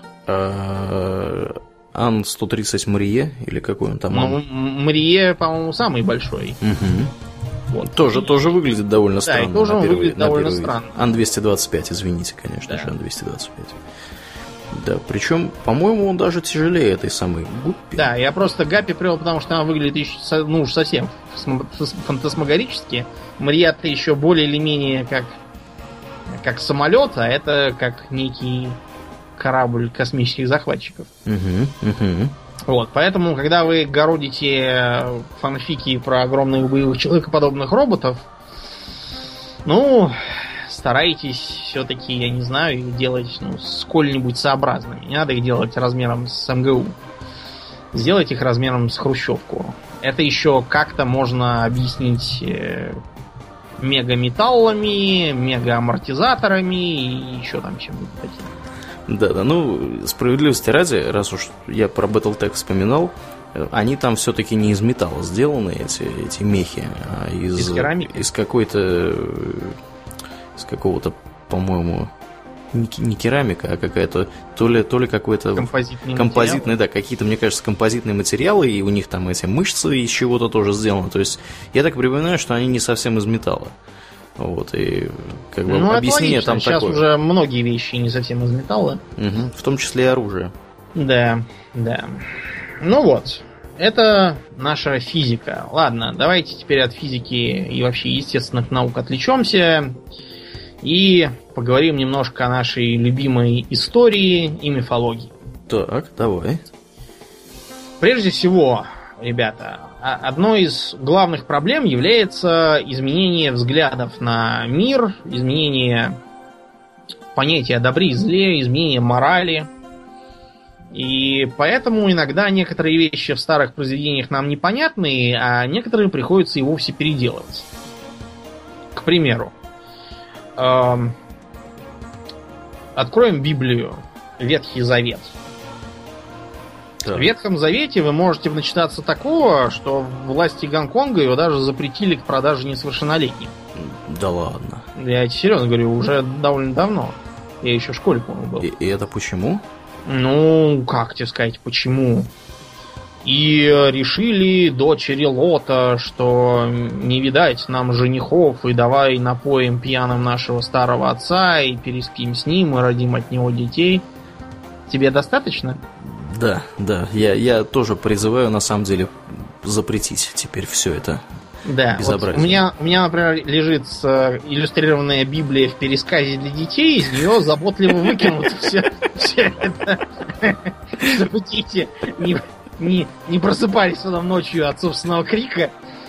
Ан-130 Мрие? Или какой он там? Мрие, по-моему, самый большой. Вот. Тоже выглядит довольно странно. Да, и тоже он выглядит довольно странно. Ан-225, извините, конечно, да. Ан-225. Да, причем, по-моему, он даже тяжелее этой самой Гуппи. Да, я просто Гаппи привел, потому что она выглядит еще, ну уж совсем фантасмагорически. Мариатта еще более или менее как самолет, а это как некий корабль космических захватчиков. Вот, поэтому, когда вы городите фанфики про огромных боевых человекоподобных роботов, ну, старайтесь все-таки, я не знаю, их делать сколь-нибудь сообразными. Не надо их делать размером с МГУ. Сделайте их размером с хрущевку. Это еще как-то можно объяснить мегаметаллами, мегаамортизаторами и еще там чем-нибудь таким. Да, ну, справедливости ради, раз уж я про Battletech вспоминал, они там все-таки не из металла сделаны, эти мехи, а из керамики. Из какого-то, по-моему, не керамика, а какая-то, то ли какой-то композитный, да, какие-то, мне кажется, композитные материалы, и у них там эти мышцы из чего-то тоже сделаны. То есть, я так припоминаю, что они не совсем из металла. Вот, и как бы объяснение там сейчас такое. Сейчас уже многие вещи не совсем из металла. Угу, в том числе и оружие. Да. Ну вот, это наша физика. Ладно, давайте теперь от физики и вообще естественных наук отвлечемся и поговорим немножко о нашей любимой истории и мифологии. Так, давай. Прежде всего, ребята, одной из главных проблем является изменение взглядов на мир, изменение понятия о добре и зле, изменение морали. И поэтому иногда некоторые вещи в старых произведениях нам непонятны, а некоторые приходится и вовсе переделывать. К примеру, откроем Библию, Ветхий Завет. Да. В Ветхом Завете вы можете начитаться такого, что власти Гонконга его даже запретили к продаже несовершеннолетним. Да ладно. Я тебе серьезно говорю, уже довольно давно. Я еще в школе, по-моему, был. И это почему? Ну, как тебе сказать, почему? И решили дочери Лота, что не видать нам женихов, и давай напоим пьяным нашего старого отца, и переспим с ним, и родим от него детей. Тебе достаточно? Да. Я тоже призываю, на самом деле, запретить теперь все это. Да, вот у меня, например, лежит иллюстрированная Библия в пересказе для детей, из нее заботливо выкинут все это, чтобы дети не просыпались потом ночью от собственного крика.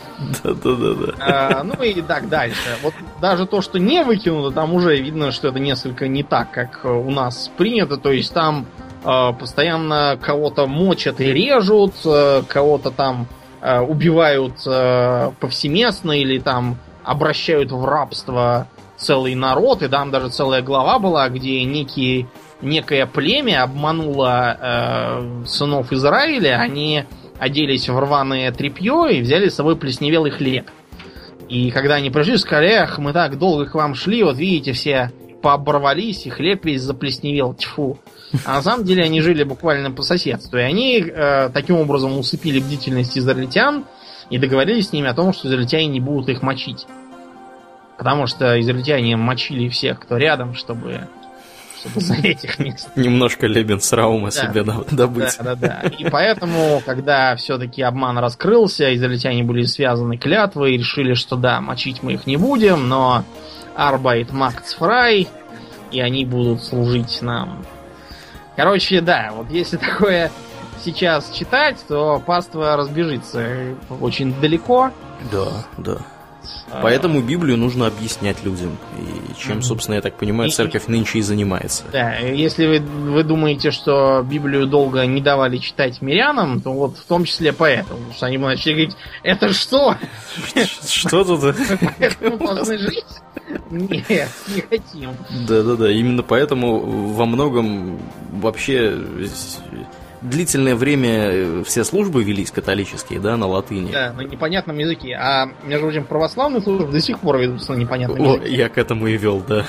Да. Ну и так дальше. Вот даже то, что не выкинуто, там уже видно, что это несколько не так, как у нас принято. То есть там постоянно кого-то мочат и режут, кого-то там убивают повсеместно или там обращают в рабство целый народ. И там даже целая глава была, где некое племя обмануло сынов Израиля. Они оделись в рваное тряпье и взяли с собой плесневелый хлеб. И когда они пришли, сказали: эх, мы так долго к вам шли, вот видите, все пооборвались, и хлеб весь заплесневел, тьфу. А на самом деле они жили буквально по соседству. И они таким образом усыпили бдительность израильтян и договорились с ними о том, что израильтяне не будут их мочить. Потому что израильтяне мочили всех, кто рядом, чтобы занять их место. Немножко Лебенсраума себе добыть. Да. И поэтому, когда все-таки обман раскрылся, израильтяне были связаны клятвой и решили, что да, мочить мы их не будем, но Arbeit macht's frei, и они будут служить нам. Короче, да, вот если такое сейчас читать, то паства разбежится очень далеко. Да. Поэтому Библию нужно объяснять людям. И чем, собственно, я так понимаю, церковь нынче и занимается. Да, если вы думаете, что Библию долго не давали читать мирянам, то вот в том числе поэтому. Потому что они начали говорить: это что? Что тут? Мы должны жить? Нет, не хотим. Да. Именно поэтому во многом вообще длительное время все службы велись католические, да, на латыни. Да, на непонятном языке. А, между прочим, православные службы до сих пор ведутся на непонятном языке. Я к этому и вел, да.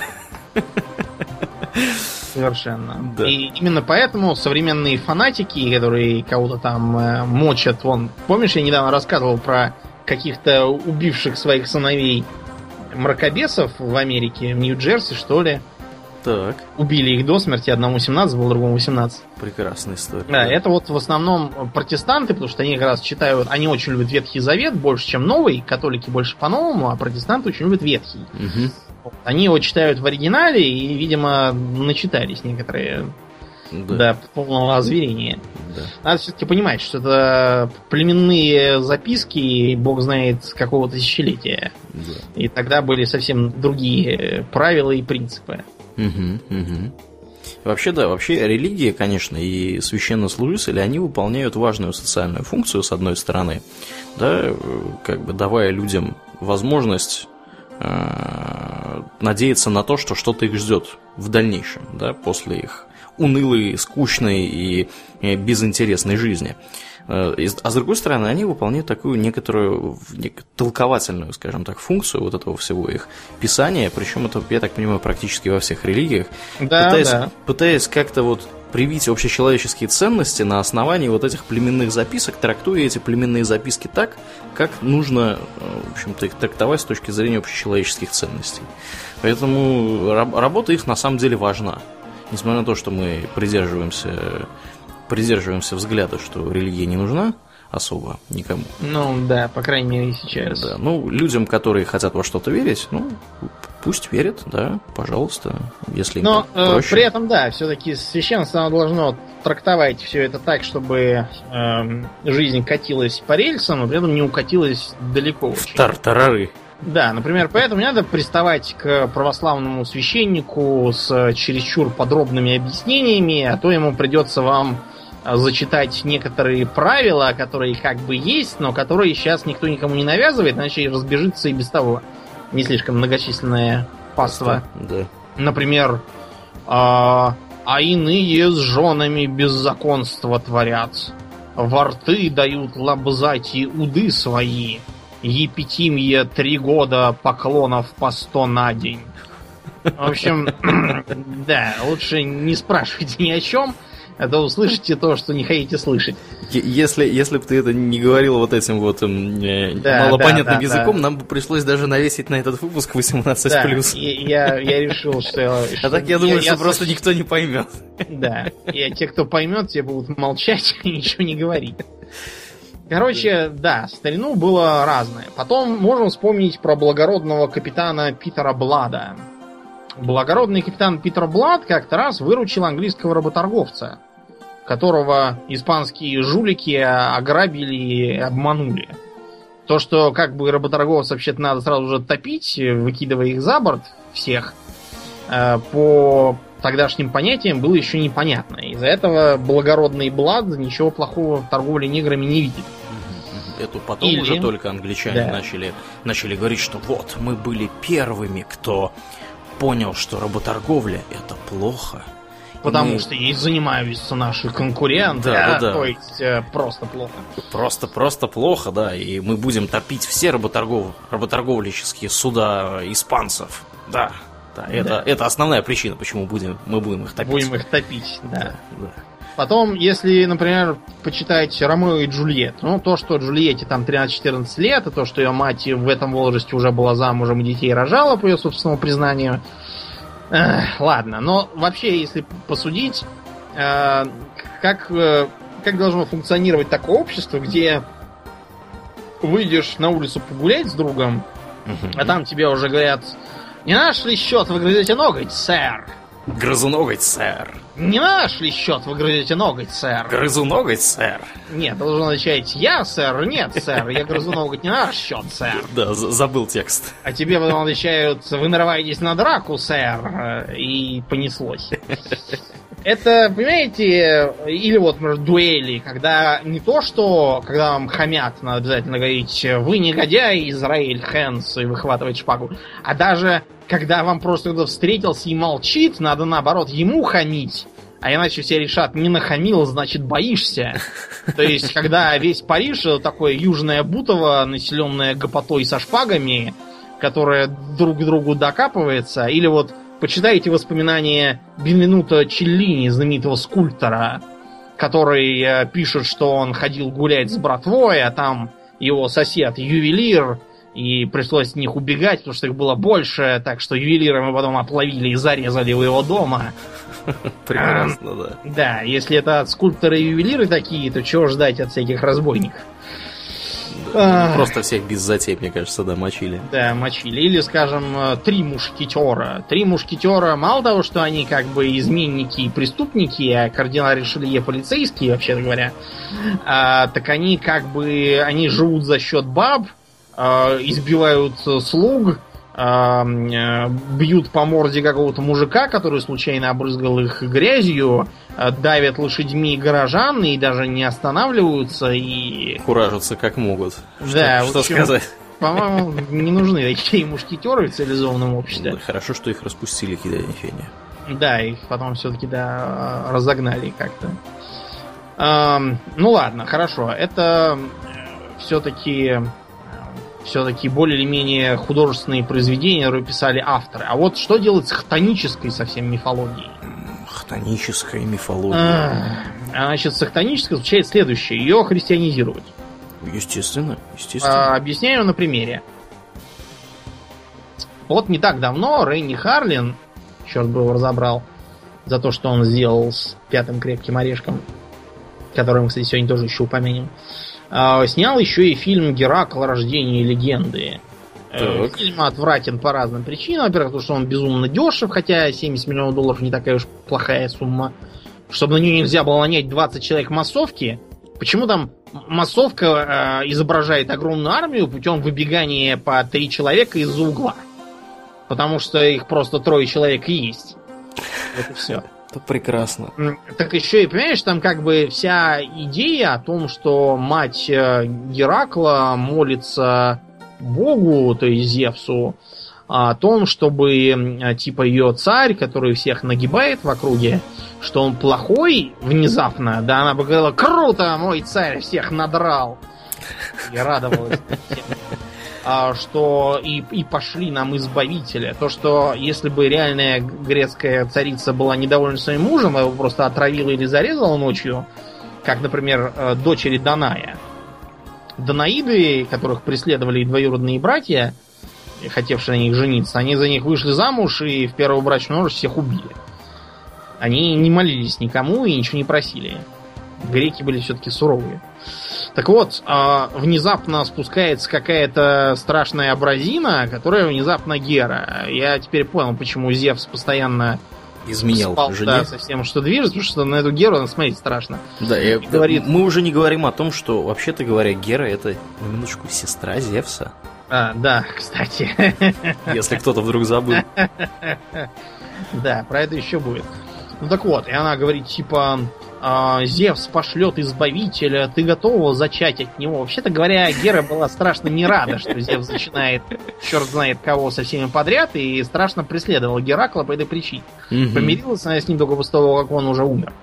Совершенно. Да. И именно поэтому современные фанатики, которые кого-то там мочат, помнишь, я недавно рассказывал про каких-то убивших своих сыновей мракобесов в Америке, в Нью-Джерси, что ли? Так. Убили их до смерти, одному 17 было, другому 18. Прекрасная история. Да, это вот в основном протестанты, потому что они как раз читают, они очень любят Ветхий Завет больше, чем Новый, католики больше по-новому, а протестанты очень любят Ветхий. Угу. Они его читают в оригинале и, видимо, начитались некоторые до полного озверения. Да. Надо все-таки понимать, что это племенные записки, бог знает, какого-то тысячелетия. Да. И тогда были совсем другие правила и принципы. Угу. Вообще, да, вообще религия, конечно, и священнослужители, они выполняют важную социальную функцию, с одной стороны, да, как бы давая людям возможность надеяться на то, что что-то их ждет в дальнейшем, да, после их унылой, скучной и безинтересной жизни. А с другой стороны, они выполняют такую некоторую толковательную, скажем так, функцию вот этого всего их писания, причем это, я так понимаю, практически во всех религиях, пытаясь как-то вот привить общечеловеческие ценности на основании вот этих племенных записок, трактуя эти племенные записки так, как нужно, в общем-то, их трактовать с точки зрения общечеловеческих ценностей. Поэтому работа их на самом деле важна. Несмотря на то, что мы придерживаемся взгляда, что религия не нужна особо никому. Ну да, по крайней мере сейчас. Да, ну, людям, которые хотят во что-то верить, ну, пусть верят, да, пожалуйста, если им но проще. При этом, да, все-таки священство должно трактовать все это так, чтобы жизнь катилась по рельсам, но при этом не укатилась далеко очень. Тартарары. Да, например, поэтому не надо приставать к православному священнику с чересчур подробными объяснениями, а то ему придется вам зачитать некоторые правила, которые как бы есть, но которые сейчас никто никому не навязывает, иначе разбежится и без того не слишком многочисленное паство. Да. Например, а иные с женами беззаконство творят, во рты дают лобзать и уды свои, епитимье 3 года поклонов по 100 на день. В общем, да, лучше не спрашивайте ни о чем, а то услышите то, что не хотите слышать. Если бы ты это не говорил вот этим вот малопонятным языком, нам бы пришлось даже навесить на этот выпуск 18+. Да, я решил, что... А так я думаю, что просто никто не поймет. Да, и те, кто поймет, те будут молчать и ничего не говорить. Короче, да, в старину было разное. Потом можем вспомнить про благородного капитана Питера Блада. Благородный капитан Питер Блад как-то раз выручил английского работорговца, которого испанские жулики ограбили и обманули. То, что как бы работорговцев вообще-то надо сразу же топить, выкидывая их за борт всех, по тогдашним понятиям было еще непонятно. Из-за этого благородный Блад ничего плохого в торговле неграми не видит. Это потом уже только англичане начали говорить, что вот, мы были первыми, кто понял, что работорговля — это плохо. Потому что ей занимаются наши конкуренты, то есть просто плохо. Просто плохо, да, и мы будем топить все работорговленческие суда испанцев. Да, это основная причина, почему мы будем их топить. Будем их топить, да. Потом, если, например, почитать Ромео и Джульетту, ну, то, что Джульетте там 13-14 лет, и то, что ее мать в этом возрасте уже была замужем и детей рожала, по ее собственному признанию, ладно. Но вообще, если посудить, как должно функционировать такое общество, где выйдешь на улицу погулять с другом, а там тебе уже говорят: не наш ли счет вы грызете ноготь, сэр? Грызу ноготь, сэр. Не наш ли счет вы грызете ноготь, сэр? Грызу ноготь, сэр. Нет, должен означать: я, сэр, нет, сэр, я грызу ноготь не наш счет, сэр. Да, забыл текст. А тебе потом отвечают: вы нарываетесь на драку, сэр. И понеслось. Это, понимаете, или вот, может, дуэли, когда не то, что, когда вам хамят, надо обязательно говорить: вы негодяй, Израиль Хэнс, и выхватывать шпагу, а даже когда вам просто кто-то встретился и молчит, надо, наоборот, ему хамить, а иначе все решат: не нахамил, значит, боишься. То есть, когда весь Париж, такое южное Бутово, населенное гопотой со шпагами, которое друг к другу докапывается, или вот почитайте воспоминания Бенвенуто Челлини, знаменитого скульптора, который пишет, что он ходил гулять с братвой, а там его сосед, ювелир, И пришлось от них убегать, потому что их было больше, так что ювелира мы потом отловили и зарезали у его дома. Прекрасно, да. Да, если это скульпторы и ювелиры такие, то чего ждать от всяких разбойников? Просто всех без затей, мне кажется, да, мочили. Да, мочили. Или, скажем, три мушкетера. Три мушкетера, мало того, что они как бы изменники и преступники, а кардинал Ришелье полицейские, вообще говоря, так они как бы, они живут за счет баб, избивают слуг, бьют по морде какого-то мужика, который случайно обрызгал их грязью, давят лошадьми горожан и даже не останавливаются и... Куражатся как могут. Да, что общем, сказать? По-моему, не нужны такие мушкетеры в цивилизованном обществе. Да, хорошо, что их распустили, кидая фене. Да, их потом все-таки, да, разогнали как-то. Ну ладно, хорошо. Это все-таки более или менее художественные произведения, которые писали авторы. А вот что делать с хтонической совсем мифологией? Хтоническая мифология. Значит, с хтонической случается следующее. Ее христианизируют. Естественно. Объясняю на примере. Вот не так давно Ренни Харлин, черт бы его разобрал, за то, что он сделал с пятым крепким орешком, который мы, кстати, сегодня тоже еще упомянем, снял еще и фильм «Геракл. Рождение легенды». Так. Фильм отвратен по разным причинам. Во-первых, потому что он безумно дешев, хотя $70 миллионов не такая уж плохая сумма. Чтобы на нее нельзя было нанять 20 человек массовки. Почему там массовка изображает огромную армию путем выбегания по 3 человека из-за угла? Потому что их просто 3 человек и есть. Вот и все. Это прекрасно. Так еще и, понимаешь, там как бы вся идея о том, что мать Геракла молится Богу, то есть Зевсу, о том, чтобы типа ее царь, который всех нагибает в округе, что он плохой внезапно, да, она бы говорила: круто, мой царь всех надрал. И радовалась. Что и пошли нам избавителя. То, что если бы реальная грецкая царица была недовольна своим мужем, его просто отравила или зарезала ночью, как, например, дочери Даная. Данаиды, которых преследовали двоюродные братья, хотевшие на них жениться, они за них вышли замуж и в первую брачную ночь всех убили. Они не молились никому и ничего не просили. Греки были все-таки суровые. Так вот, внезапно спускается какая-то страшная абразина, которая внезапно Гера. Я теперь понял, почему Зевс постоянно изменял спал, жене. Да, со всем, что движется, потому что на эту Геру смотреть страшно. Да, говорит... мы уже не говорим о том, что, вообще-то говоря, Гера — это, на минуточку, сестра Зевса. Да, кстати. Если кто-то вдруг забыл. Да, про это еще будет. Ну так вот, и она говорит, типа... Зевс пошлет избавителя, ты готова зачать от него? Вообще-то говоря, Гера была страшно не рада, что Зевс начинает черт знает кого со всеми подряд, и страшно преследовала Геракла по этой причине. Помирилась она с ним только после того, как он уже умер.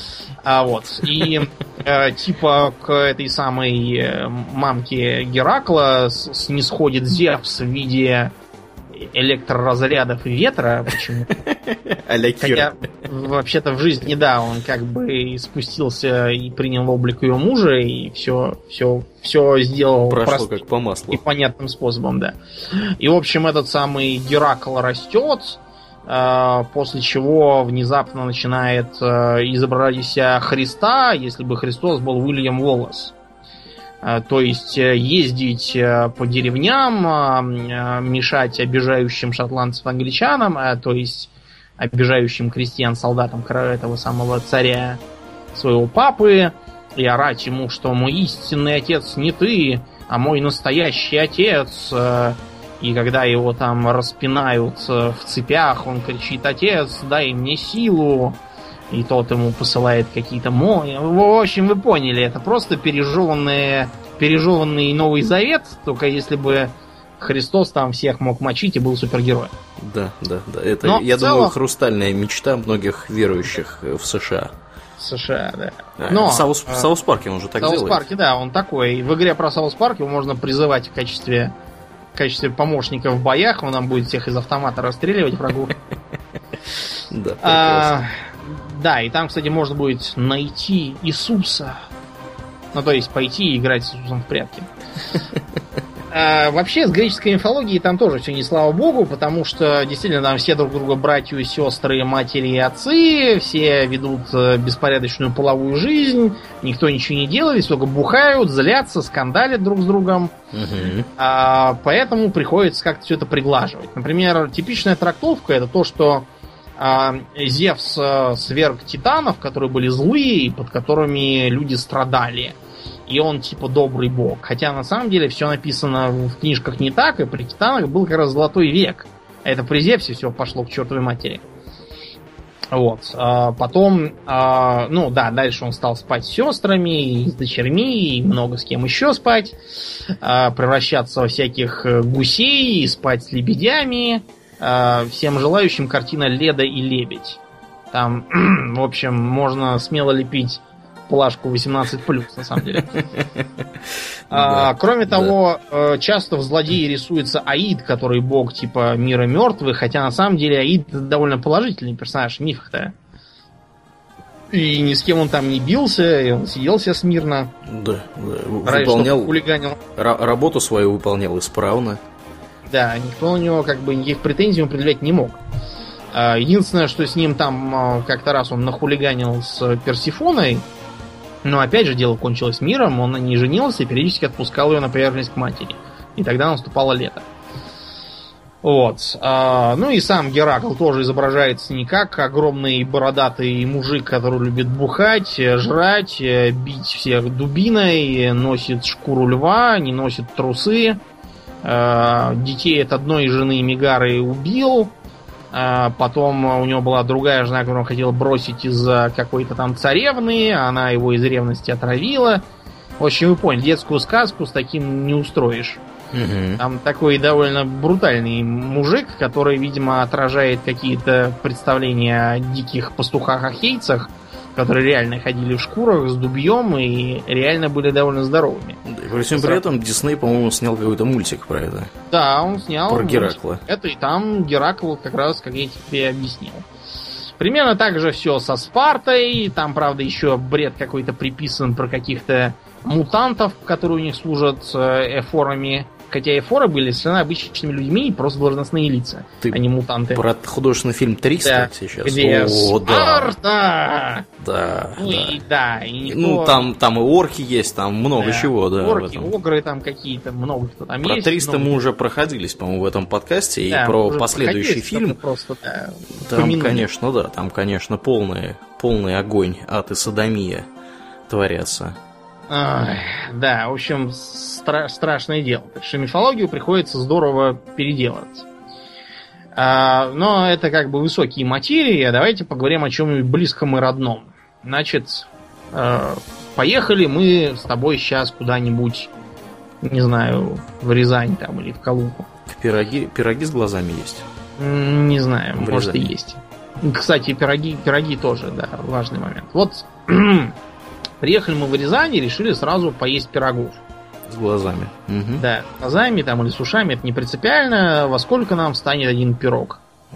И типа к этой самой мамке Геракла снисходит Зевс в виде электроразрядов и ветра. Почему? Хотя вообще-то в жизни, да, он как бы спустился и принял облик ее мужа, и все сделал прошло как по маслу. И понятным способом, да. И, в общем, этот самый Геракл растет, после чего внезапно начинает изображать себя Христа, если бы Христос был Уильям Уоллес. То есть ездить по деревням, мешать обижающим шотландцев англичанам, то есть обижающим крестьян-солдатам этого самого царя, своего папы, и орать ему, что мой истинный отец не ты, а мой настоящий отец. И когда его там распинают в цепях, он кричит: отец, дай мне силу. И тот ему посылает какие-то мои. В общем, вы поняли, это просто пережеванный Новый Завет, только если бы Христос там всех мог мочить и был супергероем. Да. Это, я думаю, хрустальная мечта многих верующих в США. США, да. Но в Саус Парке он же так делает. В Саус Парке, да, он такой. В игре про Саус Парк его можно призывать в качестве помощника в боях, он нам будет всех из автомата расстреливать врагов. Да, прекрасно. Да, и там, кстати, можно будет найти Иисуса. Ну, то есть пойти и играть с Иисусом в прятки. Вообще, с греческой мифологией там тоже все не слава богу, потому что действительно там все друг друга братья, сестры, матери и отцы, все ведут беспорядочную половую жизнь, никто ничего не делает, только бухают, злятся, скандалят друг с другом. Поэтому приходится как-то все это приглаживать. Например, типичная трактовка — это то, что Зевс сверг титанов, которые были злые и под которыми люди страдали. И он типа добрый бог. Хотя на самом деле все написано в книжках не так, и при титанах был как раз золотой век. А это при Зевсе все пошло к чертовой матери. Вот. Потом, дальше он стал спать с сестрами, и с дочерьми, и много с кем еще спать. Превращаться во всяких гусей, и спать с лебедями. Всем желающим картина «Леда и лебедь». Там, в общем, можно смело лепить плашку 18+, на самом деле. Кроме того, часто в злодеи рисуется Аид, который бог типа мира мертвых, хотя на самом деле Аид довольно положительный персонаж в мифах-то. И ни с кем он там не бился, и он сидел себе смирно. Да. Выполнял, хулиганил. Работу свою выполнял исправно. Да, никто у него как бы никаких претензий предъявлять не мог. Единственное, что с ним там как-то раз он нахулиганил с Персифоной. Но опять же дело кончилось миром, он не женился и периодически отпускал ее на поверхность к матери. И тогда наступало лето. Вот. Ну и сам Геракл тоже изображается не как огромный бородатый мужик, который любит бухать, жрать, бить всех дубиной, носит шкуру льва, не носит трусы. Детей от одной жены Мегары убил. Потом у него была другая жена, которую он хотел бросить из-за какой-то там царевны. Она его из ревности отравила. В общем, вы поняли, детскую сказку с таким не устроишь. Там такой довольно брутальный мужик, который, видимо, отражает какие-то представления о диких пастухах-ахейцах, которые реально ходили в шкурах с дубьем и реально были довольно здоровыми. Да, и при всем при этом Дисней, по-моему, снял какой-то мультик про это. Да, он снял. Про Геракла. Это и там Геракл как раз, как я тебе объяснил. Примерно так же все со Спартой. Там, правда, еще бред какой-то приписан про каких-то мутантов, которые у них служат эфорами. Хотя эфоры были совершенно обычными людьми, просто должностные лица, а не мутанты. Про художественный фильм 300 да, сейчас? Где Спарта! Да. И никто... Ну, там и орки есть, там много чего, да. Орки, огры там какие-то, много кто там про есть. Про 300 мы уже проходились, по-моему, в этом подкасте, и про последующий фильм. Просто, там, конечно, полный огонь, ад и содомия творятся. Да, в общем, страшное дело. Так что мифологию приходится здорово переделывать. Но это как бы высокие материи. Давайте поговорим о чем-нибудь близком и родном. Значит, поехали мы с тобой сейчас куда-нибудь, не знаю, в Рязань там или в Калугу. Пироги с глазами есть? Не знаю, может и есть. Кстати, пироги тоже, да, важный момент. Вот... Приехали мы в Рязань и решили сразу поесть пирогов. С глазами. Угу. Да, с глазами там, или с ушами, это не принципиально. Во сколько нам станет один пирог?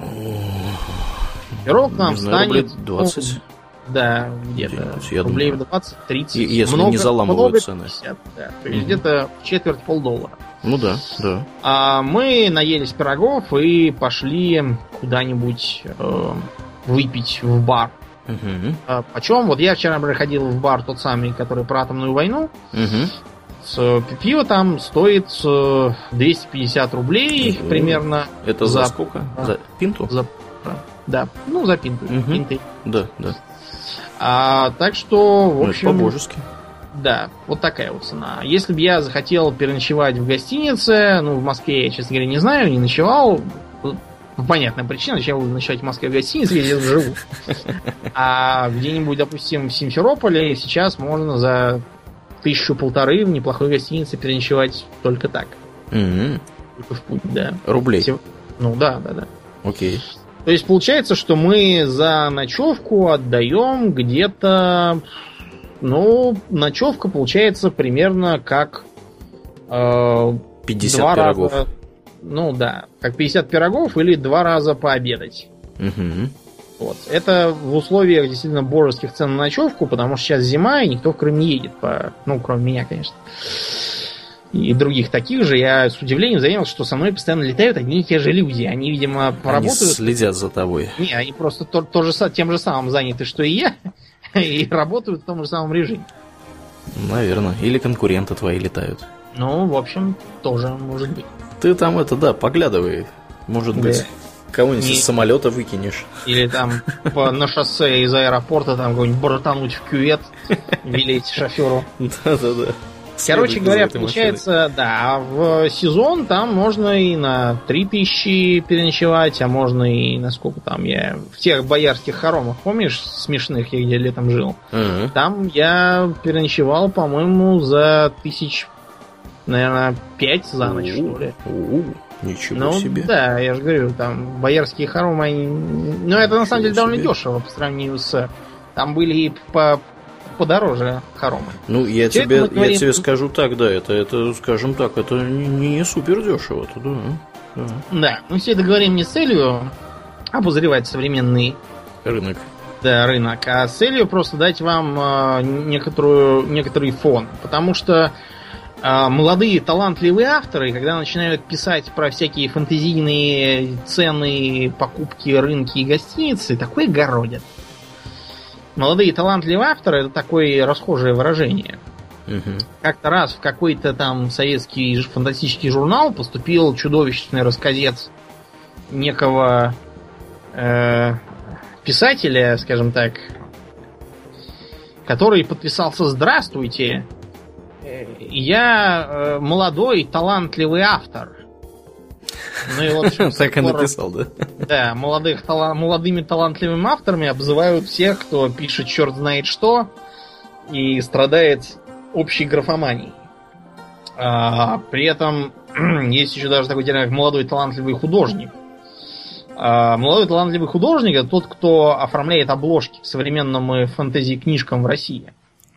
Пирог нам станет... 20. Да, где-то. Рублей 20-30. Если не заламывают цены. 50, да. То есть где-то в четверть $5. Ну да. А мы наелись пирогов и пошли куда-нибудь выпить в бар. Почем? Вот я вчера проходил в бар тот самый, который про атомную войну. Пиво там стоит 250 рублей примерно. Это за сколько? За пинту? Да, за пинту. Пинты. Да. Так что, в общем... По-божески. Да, вот такая вот цена. Если бы я захотел переночевать в гостинице, в Москве я, честно говоря, не знаю, не ночевал... Понятная причина, зачем буду ночевать в Москве в гостинице, где я живу. А где-нибудь, допустим, в Симферополе сейчас можно за 1000-1500 в неплохой гостинице переночевать только так. Только в путь, да. Рублей? Да. Окей. То есть получается, что мы за ночевку отдаем где-то... ночевка получается примерно как... 50 пирогов. Раза... как 50 пирогов или 2 раза пообедать. Вот. Это в условиях действительно божеских цен на ночевку, потому что сейчас зима, и никто в Крым не едет. Кроме меня, конечно. и других таких же, я с удивлением заметил, что со мной постоянно летают одни и те же люди. Они, видимо, поработают... Они следят за тобой. Не, они просто тем же самым заняты, что и я, и работают в том же самом режиме. Наверное. Или конкуренты твои летают. Ну, в общем, тоже может быть. Ты там поглядывай. Может быть, кого-нибудь из самолета выкинешь. Или там на шоссе из аэропорта там кого-нибудь бортануть в кювет, велеть шоферу. Да-да-да. Короче говоря, получается, да, в сезон там можно и на 3000 переночевать, а можно и на сколько там я... В тех боярских хоромах, помнишь, смешных, я где летом жил? Там я переночевал, по-моему, за 1000, наверное, 5 за ночь, что ли. Ничего себе. Да, я же говорю, там боярские хоромы, они... Ну, это на самом деле довольно дешево по сравнению с... Там были и подороже хоромы. Ну, я тебе скажу так, да, это, скажем так, это не супер дешево. Да, мы все это говорим не с целью обозревать современный рынок. Да, рынок, а с целью просто дать вам некоторый фон. Потому что молодые талантливые авторы, когда начинают писать про всякие фэнтезийные цены, покупки, рынки и гостиницы, такое городят. Молодые талантливые авторы — это такое расхожее выражение. Как-то раз в какой-то там советский фантастический журнал поступил чудовищный рассказец некого писателя, скажем так, который подписался: «Здравствуйте, я молодой талантливый автор». Ну и вот так и написал, да? Да, молодыми талантливыми авторами обзывают всех, кто пишет черт знает что и страдает общей графоманией. При этом есть еще даже такой термин, как молодой талантливый художник. Молодой талантливый художник — это тот, кто оформляет обложки к современным фэнтези-книжкам в России.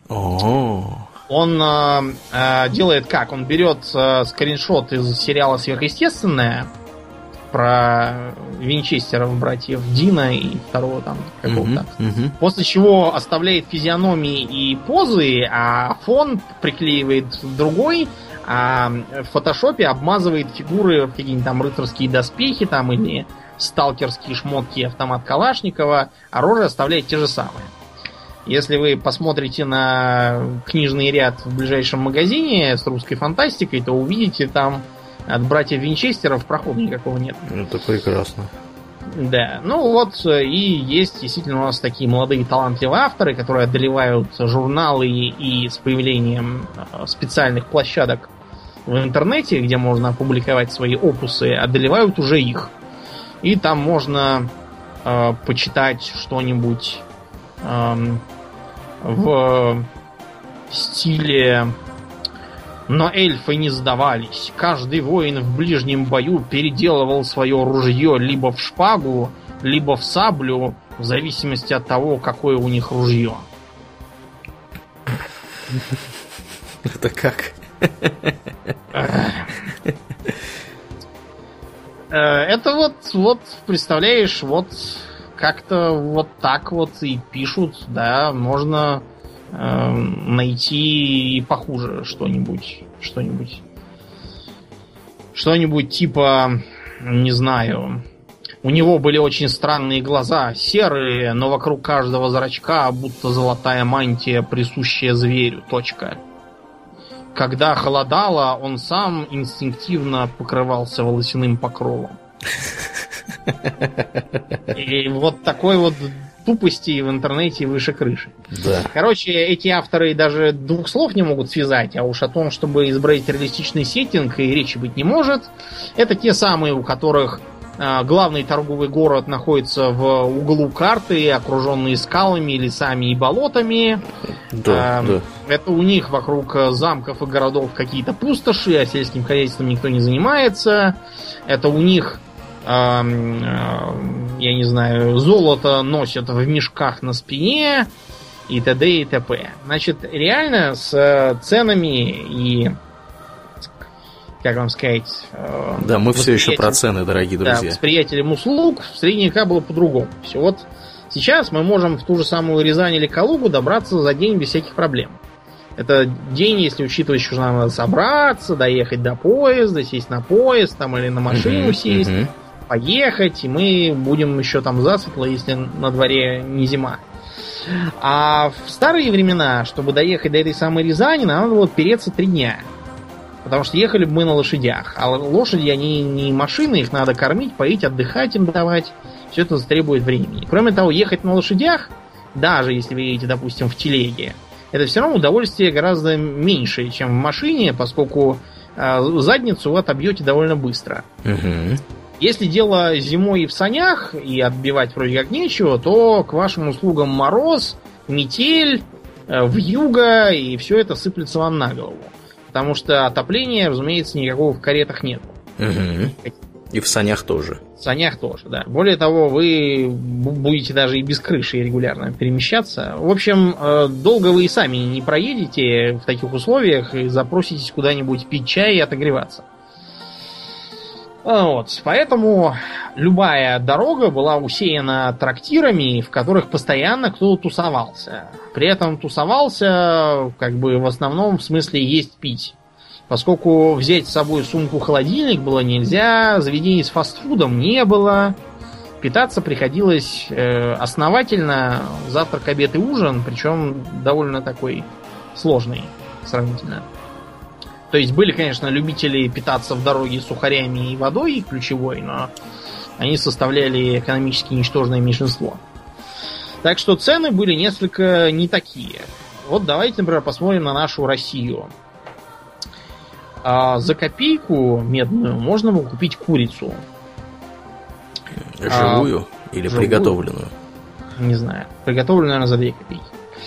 Он делает как? Он берет скриншот из сериала «Сверхъестественное» про Винчестеров, братьев Дина и второго там какого-то. После чего оставляет физиономии и позы, а фон приклеивает другой, а в фотошопе обмазывает фигуры в какие-нибудь там рыцарские доспехи там или сталкерские шмотки, автомат Калашникова, а рожи оставляет те же самые. Если вы посмотрите на книжный ряд в ближайшем магазине с русской фантастикой, то увидите там от братьев Винчестеров прохода никакого нет. Это прекрасно. Да, ну вот и есть действительно у нас такие молодые талантливые авторы, которые одолевают журналы и с появлением специальных площадок в интернете, где можно опубликовать свои опусы, одолевают уже их. И там можно почитать что-нибудь в стиле: «Но эльфы не сдавались. Каждый воин в ближнем бою переделывал свое ружье либо в шпагу, либо в саблю, в зависимости от того, какое у них ружье». Это как? Это вот, представляешь, вот как-то вот так вот и пишут, да, можно найти и похуже что-нибудь типа, не знаю, у него были очень странные глаза, серые, но вокруг каждого зрачка будто золотая мантия, присущая зверю. Точка. Когда холодало, он сам инстинктивно покрывался волосяным покровом. И вот такой вот тупости в интернете выше крыши. Да. Короче, эти авторы даже двух слов не могут связать, а уж о том, чтобы изобразить реалистичный сеттинг, и речи быть не может. Это те самые, у которых главный торговый город находится в углу карты, окруженный скалами, лесами и болотами. Да, да. Это у них вокруг замков и городов какие-то пустоши, а сельским хозяйством никто не занимается. Это у них, я не знаю, золото носят в мешках на спине и т.д. и т.п. Значит, реально с ценами и, как вам сказать... Да, мы все еще про цены, дорогие друзья. Да, восприятием услуг в средние века было по-другому. Все, вот сейчас мы можем в ту же самую Рязань или Калугу добраться за день без всяких проблем. Это день, если учитывать, что нам надо собраться, доехать до поезда, сесть на поезд там, или на машину сесть, поехать, и мы будем еще там засветло, если на дворе не зима. А в старые времена, чтобы доехать до этой самой Рязани, нам надо было переться 3 дня. Потому что ехали бы мы на лошадях. А лошади, они не машины, их надо кормить, поить, отдыхать им давать. Все это требует времени. Кроме того, ехать на лошадях, даже если вы едете, допустим, в телеге, это все равно удовольствие гораздо меньше, чем в машине, поскольку задницу вы отобьете довольно быстро. Если дело зимой и в санях, и отбивать вроде как нечего, то к вашим услугам мороз, метель, вьюга, и все это сыплется вам на голову. Потому что отопления, разумеется, никакого в каретах нет. И в санях тоже. В санях тоже, да. Более того, вы будете даже и без крыши регулярно перемещаться. В общем, долго вы и сами не проедете в таких условиях и запроситесь куда-нибудь пить чай и отогреваться. Вот. Поэтому любая дорога была усеяна трактирами, в которых постоянно кто-то тусовался. При этом тусовался, как бы, в основном в смысле есть-пить. Поскольку взять с собой сумку-холодильник было нельзя, заведений с фастфудом не было, питаться приходилось основательно, завтрак, обед и ужин, причем довольно такой сложный сравнительно. То есть были, конечно, любители питаться в дороге сухарями и водой ключевой, но они составляли экономически ничтожное меньшинство. Так что цены были несколько не такие. Вот давайте, например, посмотрим на нашу Россию. За копейку медную можно было купить курицу. Живую или живую? Приготовленную? Не знаю. Приготовленную, наверное, за 2 копейки.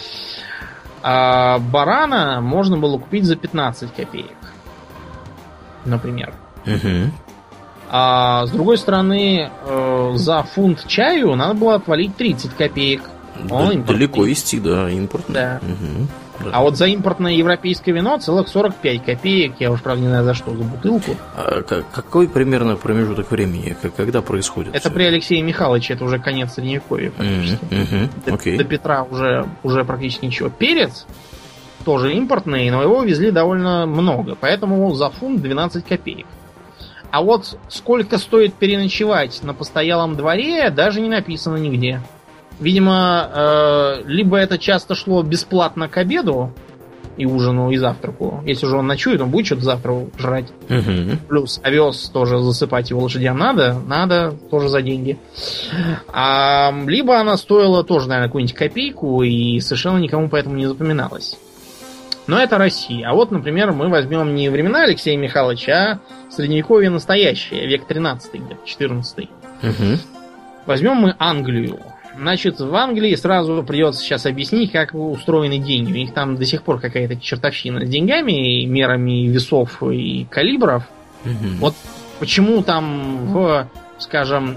А барана можно было купить за 15 копеек. Например. А с другой стороны, за фунт чаю надо было отвалить 30 копеек. Далеко везти, да, импортный. Да. А вот за импортное европейское вино целых 45 копеек. Я уж, правда, не знаю за что, за бутылку. А какой примерно промежуток времени? Когда происходит? Это при Алексее Михайловиче, это уже конец Средневековья практически. До Петра уже практически ничего. Перец тоже импортный, но его везли довольно много. Поэтому за фунт 12 копеек. А вот сколько стоит переночевать на постоялом дворе, даже не написано нигде. Видимо, либо это часто шло бесплатно к обеду и ужину, и завтраку. Если же он ночует, он будет что-то завтра жрать. Плюс овес тоже засыпать его лошадям надо тоже за деньги. Либо она стоила тоже, наверное, какую-нибудь копейку и совершенно никому поэтому не запоминалась. Но это Россия. А вот, например, мы возьмем не времена Алексея Михайловича, а средневековье настоящее, век 13 где-то, 14. Возьмем мы Англию. Значит, в Англии сразу придется сейчас объяснить, как устроены деньги. У них там до сих пор какая-то чертовщина с деньгами, мерами весов и калибров. Вот почему там скажем,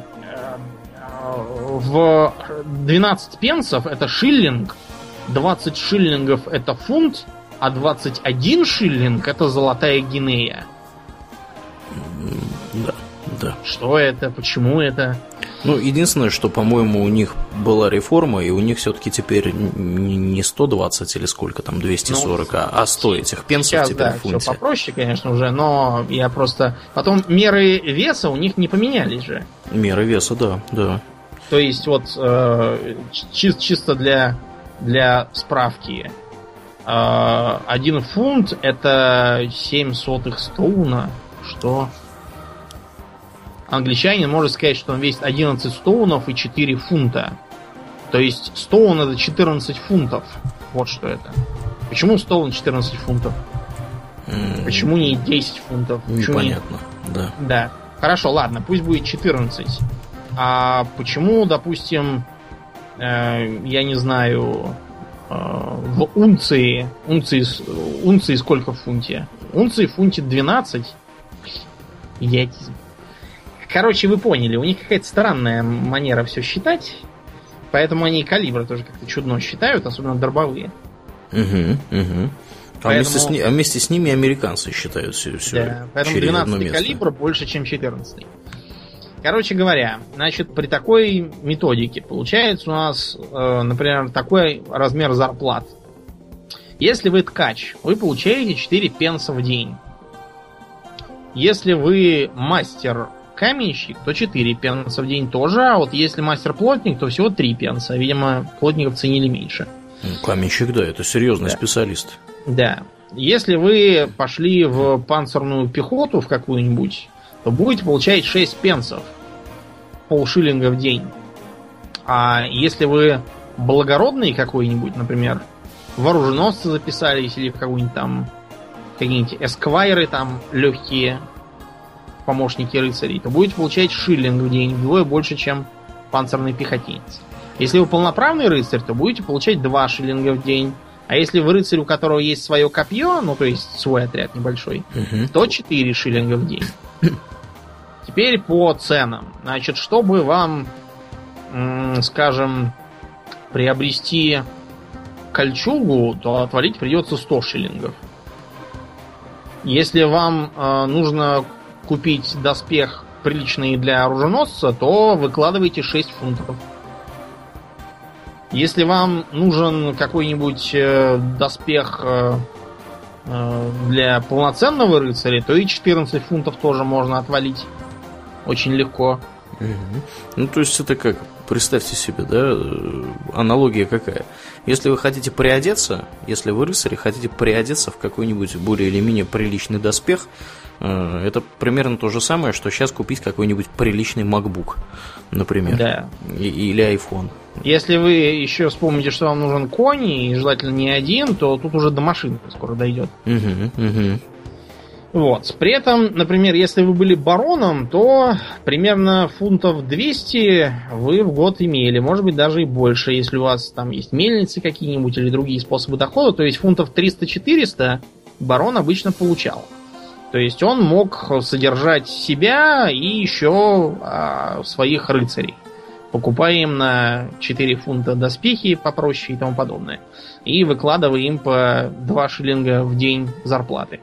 в 12 пенсов это шиллинг, 20 шиллингов это фунт, а 21 шиллинг это золотая гинея. Да. Что это? Почему это? Ну, единственное, что, по-моему, у них была реформа, и у них все-таки теперь не 120 или сколько там, 240, а 100 этих пенсов сейчас, теперь в фунте. Все попроще, конечно, уже, но я просто... Потом меры веса у них не поменялись же. Меры веса, да. То есть, вот, чисто для справки, 1 фунт это 0,07 стоуна, что... Англичанин может сказать, что он весит 11 стоунов и 4 фунта. То есть стоун это 14 фунтов. Вот что это. Почему стоун 14 фунтов? Почему не 10 фунтов? Непонятно, Да. Хорошо, ладно, пусть будет 14. А почему, допустим, я не знаю, в унции сколько в фунте? Унции в фунте 12? Идиотизм. Короче, вы поняли, у них какая-то странная манера все считать, поэтому они калибры тоже как-то чудно считают, особенно дробовые. А вместе с ними американцы считают все. Да, поэтому 12 калибр больше, чем 14. Короче говоря, значит, при такой методике получается у нас, например, такой размер зарплат. Если вы ткач, вы получаете 4 пенса в день. Если вы мастер-каменщик, то 4 пенса в день тоже. А вот если мастер-плотник, то всего 3 пенса. Видимо, плотников ценили меньше. Каменщик, да, это серьезный специалист. Да. Если вы пошли в панцирную пехоту в какую-нибудь, то будете получать 6 пенсов. Полшиллинга в день. А если вы благородный какой-нибудь, например, в оруженосцы записались или в какую-нибудь там какие-нибудь эсквайры там легкие помощники рыцарей, то будете получать шиллинг в день, вдвое больше, чем панцирный пехотинец. Если вы полноправный рыцарь, то будете получать 2 шиллинга в день. А если вы рыцарь, у которого есть свое копье, ну то есть свой отряд небольшой, то 4 шиллинга в день. Теперь по ценам. Значит, чтобы вам, скажем, приобрести кольчугу, то отвалить придется 100 шиллингов. Если вам нужно купить доспех приличный для оруженосца, то выкладывайте 6 фунтов. Если вам нужен какой-нибудь доспех для полноценного рыцаря, то и 14 фунтов тоже можно отвалить. Очень легко. Ну, то есть это как, представьте себе, да, аналогия какая. Если вы хотите приодеться, если вы рыцарь и хотите приодеться в какой-нибудь более или менее приличный доспех, это примерно то же самое, что сейчас купить какой-нибудь приличный MacBook, например, да. Или iPhone. Если вы еще вспомните, что вам нужен конь, и желательно не один, то тут уже до машины скоро дойдет. Вот. При этом, например, если вы были бароном, то примерно фунтов 200 вы в год имели. Может быть, даже и больше, если у вас там есть мельницы какие-нибудь или другие способы дохода. То есть фунтов 300-400 барон обычно получал. То есть он мог содержать себя и еще своих рыцарей, покупая им на 4 фунта доспехи попроще и тому подобное. И выкладывая им по 2 шиллинга в день зарплаты.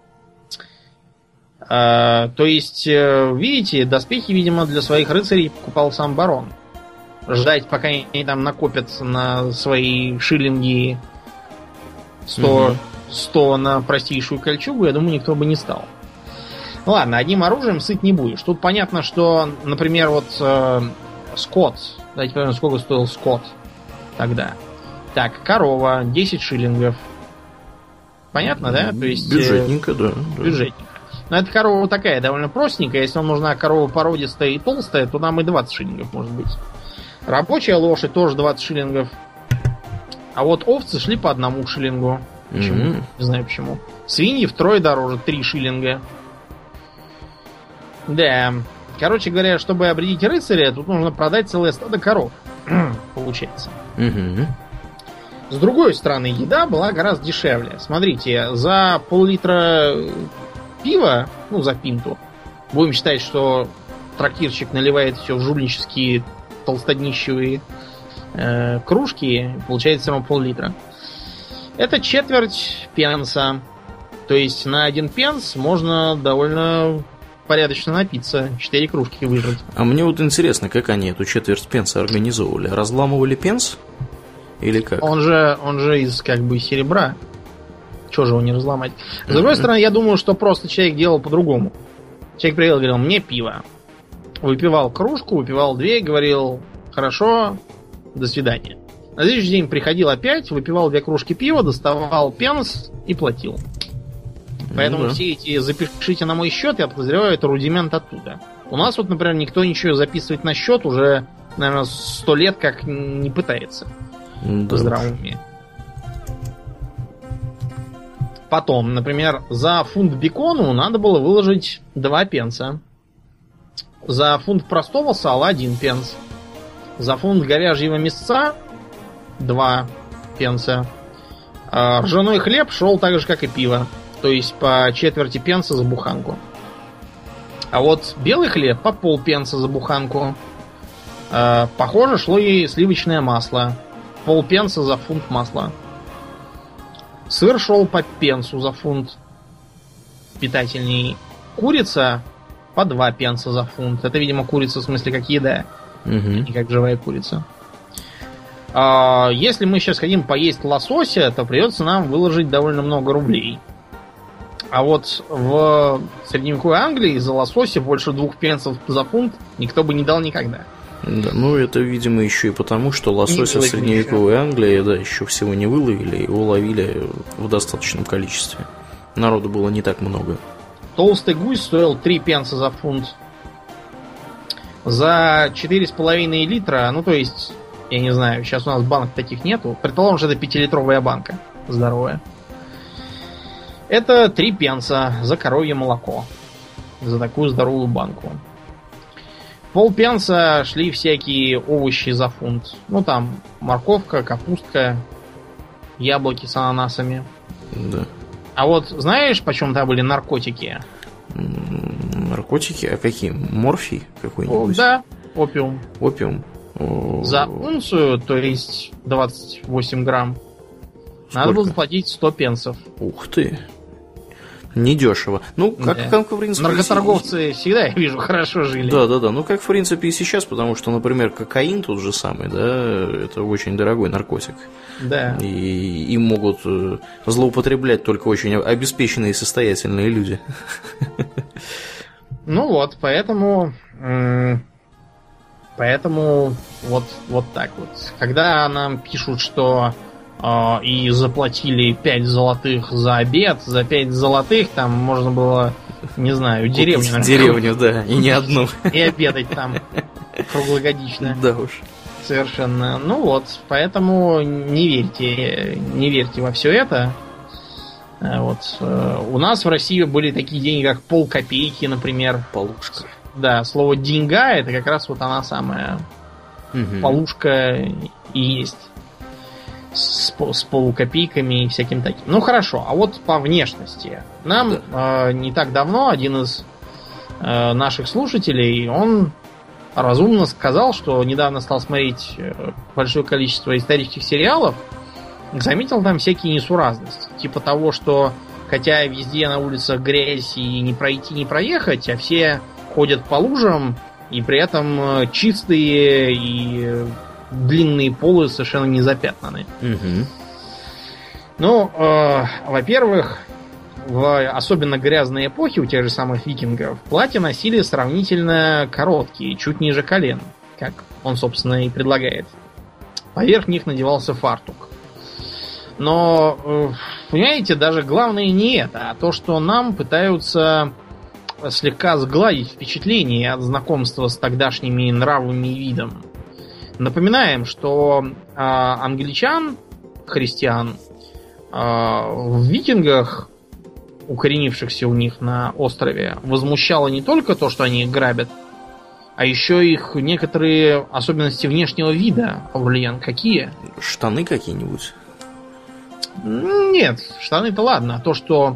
То есть, видите, доспехи, видимо, для своих рыцарей покупал сам барон. Ждать, пока они там накопят на свои шиллинги 100 на простейшую кольчугу, я думаю, никто бы не стал. Ну ладно, одним оружием сыт не будешь. Тут понятно, что, например, вот скот. Давайте посмотрим, сколько стоил скот тогда. Так, корова, 10 шиллингов. Понятно, да? То есть, бюджетненько, да. Бюджетненько. Но эта корова такая, довольно простенькая. Если вам нужна корова породистая и толстая, то нам и 20 шиллингов может быть. Рабочая лошадь тоже 20 шиллингов. А вот овцы шли по 1 шиллингу. Почему? Не знаю почему. Свиньи втрое дороже, 3 шиллинга. Да. Короче говоря, чтобы обредить рыцаря, тут нужно продать целое стадо коров. Получается. С другой стороны, еда была гораздо дешевле. Смотрите, за пол-литра пива, ну, за пинту, будем считать, что трактирщик наливает все в жульнические толстоднищевые кружки, получается все равно пол-литра. Это четверть пенса. То есть на 1 пенс можно довольно порядочно напиться, 4 кружки выжать. А мне вот интересно, как они эту четверть пенса организовывали? Разламывали пенс? Или как? Он же из как бы серебра. Чего же его не разломать? С другой стороны, я думаю, что просто человек делал по-другому. Человек приехал и говорил, мне пиво. Выпивал кружку, выпивал 2, говорил, хорошо, до свидания. На следующий день приходил опять, выпивал 2 кружки пива, доставал пенс и платил. Поэтому все эти запишите на мой счет, я подозреваю, это рудимент оттуда. У нас вот, например, никто ничего записывать на счет уже, наверное, 100 лет как не пытается. В здравом уме. Потом, например, за фунт бекону надо было выложить 2 пенса. За фунт простого сала 1 пенс. За фунт говяжьего мясца 2 пенса. Ржаной хлеб шел так же, как и пиво. То есть по четверти пенса за буханку. А вот белый хлеб по полпенса за буханку. Похоже, шло и сливочное масло. Полпенса за фунт масла. Сыр шел по пенсу за фунт. Питательней. Курица по 2 пенса за фунт. Это, видимо, курица в смысле как еда. Не как живая курица. Если мы сейчас хотим поесть лосося, то придется нам выложить довольно много рублей. А вот в средневековой Англии за лосося больше 2 пенсов за фунт никто бы не дал никогда. Да, ну это, видимо, еще и потому, что лосося в средневековой Англии, да, еще всего не выловили, его ловили в достаточном количестве. Народу было не так много. Толстый гусь стоил 3 пенса за фунт. За 4,5 литра, ну то есть, я не знаю, сейчас у нас банок таких нету. Предположим, что это 5-литровая банка здоровая. Это 3 пенса за коровье молоко. За такую здоровую банку. Полпенса шли всякие овощи за фунт. Ну там морковка, капустка, яблоки с ананасами. Да. А вот знаешь, почем там были наркотики? Наркотики? А какие? Морфий какой-нибудь? Да, опиум. Опиум. За унцию, то есть 28 грамм, сколько? Надо было заплатить 100 пенсов. Ух ты. Недешево. Ну, как в принципе... Наркоторговцы всегда, я вижу, хорошо жили. Да. Ну, как в принципе и сейчас, потому что, например, кокаин тот же самый, да, это очень дорогой наркотик. Да. И им могут злоупотреблять только очень обеспеченные и состоятельные люди. Ну вот, поэтому вот так вот. Когда нам пишут, что и заплатили 5 золотых за обед, за 5 золотых там можно было, не знаю, деревню. Деревню, да, и не одну. И обедать там круглогодично. Да уж. Совершенно. Ну вот, поэтому не верьте во все это. Вот. У нас в России были такие деньги, как полкопейки, например. Полушка. Да, слово деньга это как раз вот она самая полушка и есть. С полукопейками и всяким таким. Ну хорошо, а вот по внешности. Нам не так давно один из наших слушателей, он разумно сказал, что недавно стал смотреть большое количество исторических сериалов, заметил там всякие несуразности. Типа того, что хотя везде на улицах грязь и не пройти, не проехать, а все ходят по лужам и при этом чистые и длинные полы совершенно не запятнаны. Угу. Ну, во-первых, в особенно грязной эпохе у тех же самых викингов платья носили сравнительно короткие, чуть ниже колен, как он, собственно, и предлагает. Поверх них надевался фартук. Но, понимаете, даже главное не это, а то, что нам пытаются слегка сгладить впечатление от знакомства с тогдашними нравами и видом. Напоминаем, что англичан, христиан, в викингах, укоренившихся у них на острове, возмущало не только то, что они грабят, а еще их некоторые особенности внешнего вида. Павлиян, какие? Штаны какие-нибудь? Нет, штаны-то ладно. То, что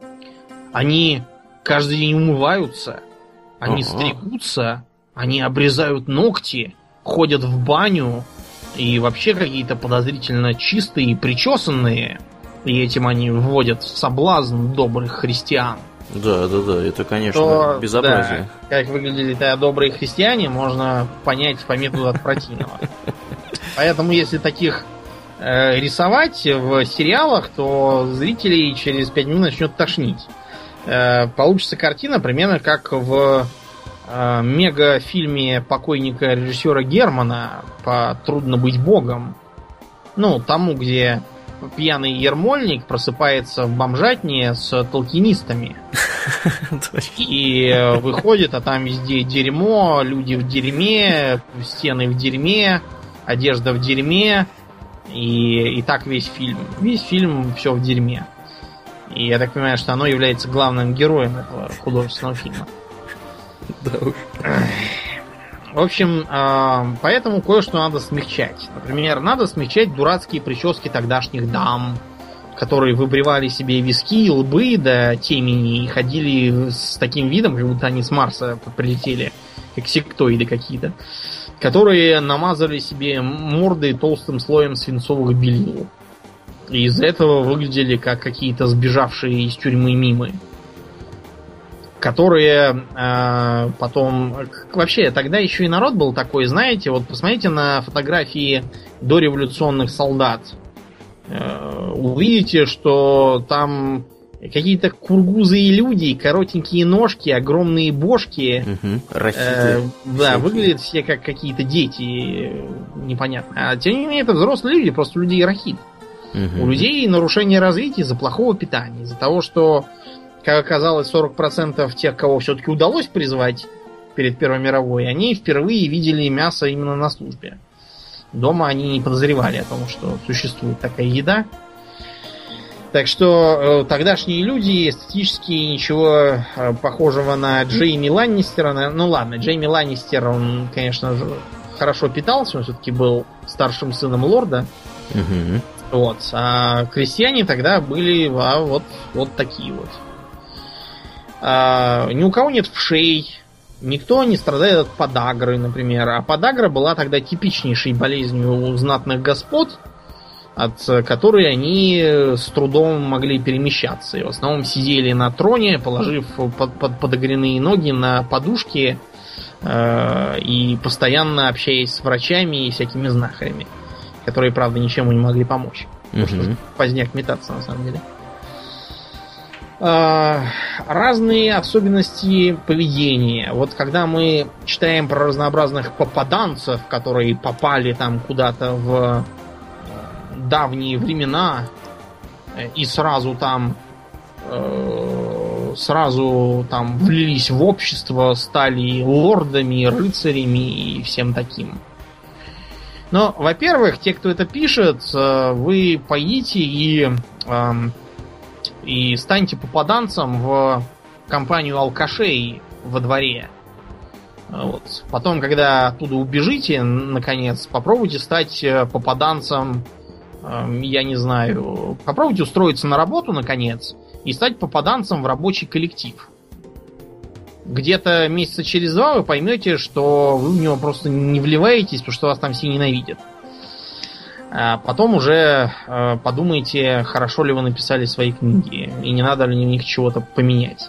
они каждый день умываются, они стригутся, они обрезают ногти, ходят в баню и вообще какие-то подозрительно чистые и причесанные. И этим они вводят в соблазн добрых христиан. Да, это, конечно, безобразие. Да, как выглядели тогда добрые христиане, можно понять по методу от противного. Поэтому, если таких рисовать в сериалах, то зрителей через 5 минут начнет тошнить. Получится картина примерно как в мегафильме покойника режиссера Германа по «Трудно быть богом». Ну, тому, где пьяный ермольник просыпается в бомжатне с толкинистами. И выходит, а там везде дерьмо, люди в дерьме, стены в дерьме, одежда в дерьме. И так весь фильм. Весь фильм все в дерьме. И я так понимаю, что оно является главным героем этого художественного фильма. Да уж. В общем, поэтому кое-что надо смягчать. Например, надо смягчать дурацкие прически тогдашних дам, которые выбривали себе виски, лбы до темени и ходили с таким видом, как будто они с Марса прилетели, как сектоиды какие-то, которые намазали себе морды толстым слоем свинцовых белил. И из-за этого выглядели как какие-то сбежавшие из тюрьмы мимы. которые потом... Вообще, тогда еще и народ был такой, знаете, вот посмотрите на фотографии дореволюционных солдат. Увидите, что там какие-то кургузые люди, коротенькие ножки, огромные бошки. Да, выглядят все как какие-то дети, непонятно. А тем не менее, это взрослые люди, просто люди-рахит. У людей нарушение развития из-за плохого питания, из-за того, что, как оказалось, 40% тех, кого все-таки удалось призвать перед Первой мировой, они впервые видели мясо именно на службе. Дома они не подозревали о том, что существует такая еда. Так что тогдашние люди эстетически ничего похожего на Джейми Ланнистера... Ну ладно, Джейми Ланнистер, он, конечно же, хорошо питался, он все-таки был старшим сыном лорда. Вот. А крестьяне тогда были вот такие вот. Ни у кого нет вшей, никто не страдает от подагры, например. А подагра была тогда типичнейшей болезнью у знатных господ, от которой они с трудом могли перемещаться. И в основном сидели на троне, положив подогренные ноги на подушки и постоянно общаясь с врачами и всякими знахарями, которые, правда, ничем не могли помочь. Потому что поздняк метаться, на самом деле. Разные особенности поведения. Вот когда мы читаем про разнообразных попаданцев, которые попали там куда-то в давние времена и сразу там влились в общество, стали лордами, рыцарями и всем таким. Но, во-первых, те, кто это пишет, вы пойдите и станьте попаданцем в компанию алкашей во дворе. Вот. Потом, когда оттуда убежите, наконец, попробуйте стать попаданцем, я не знаю, попробуйте устроиться на работу, наконец, и стать попаданцем в рабочий коллектив. Где-то месяца через 2 вы поймете, что вы в него просто не вливаетесь, потому что вас там все ненавидят. А потом уже подумайте, хорошо ли вы написали свои книги, и не надо ли в них чего-то поменять.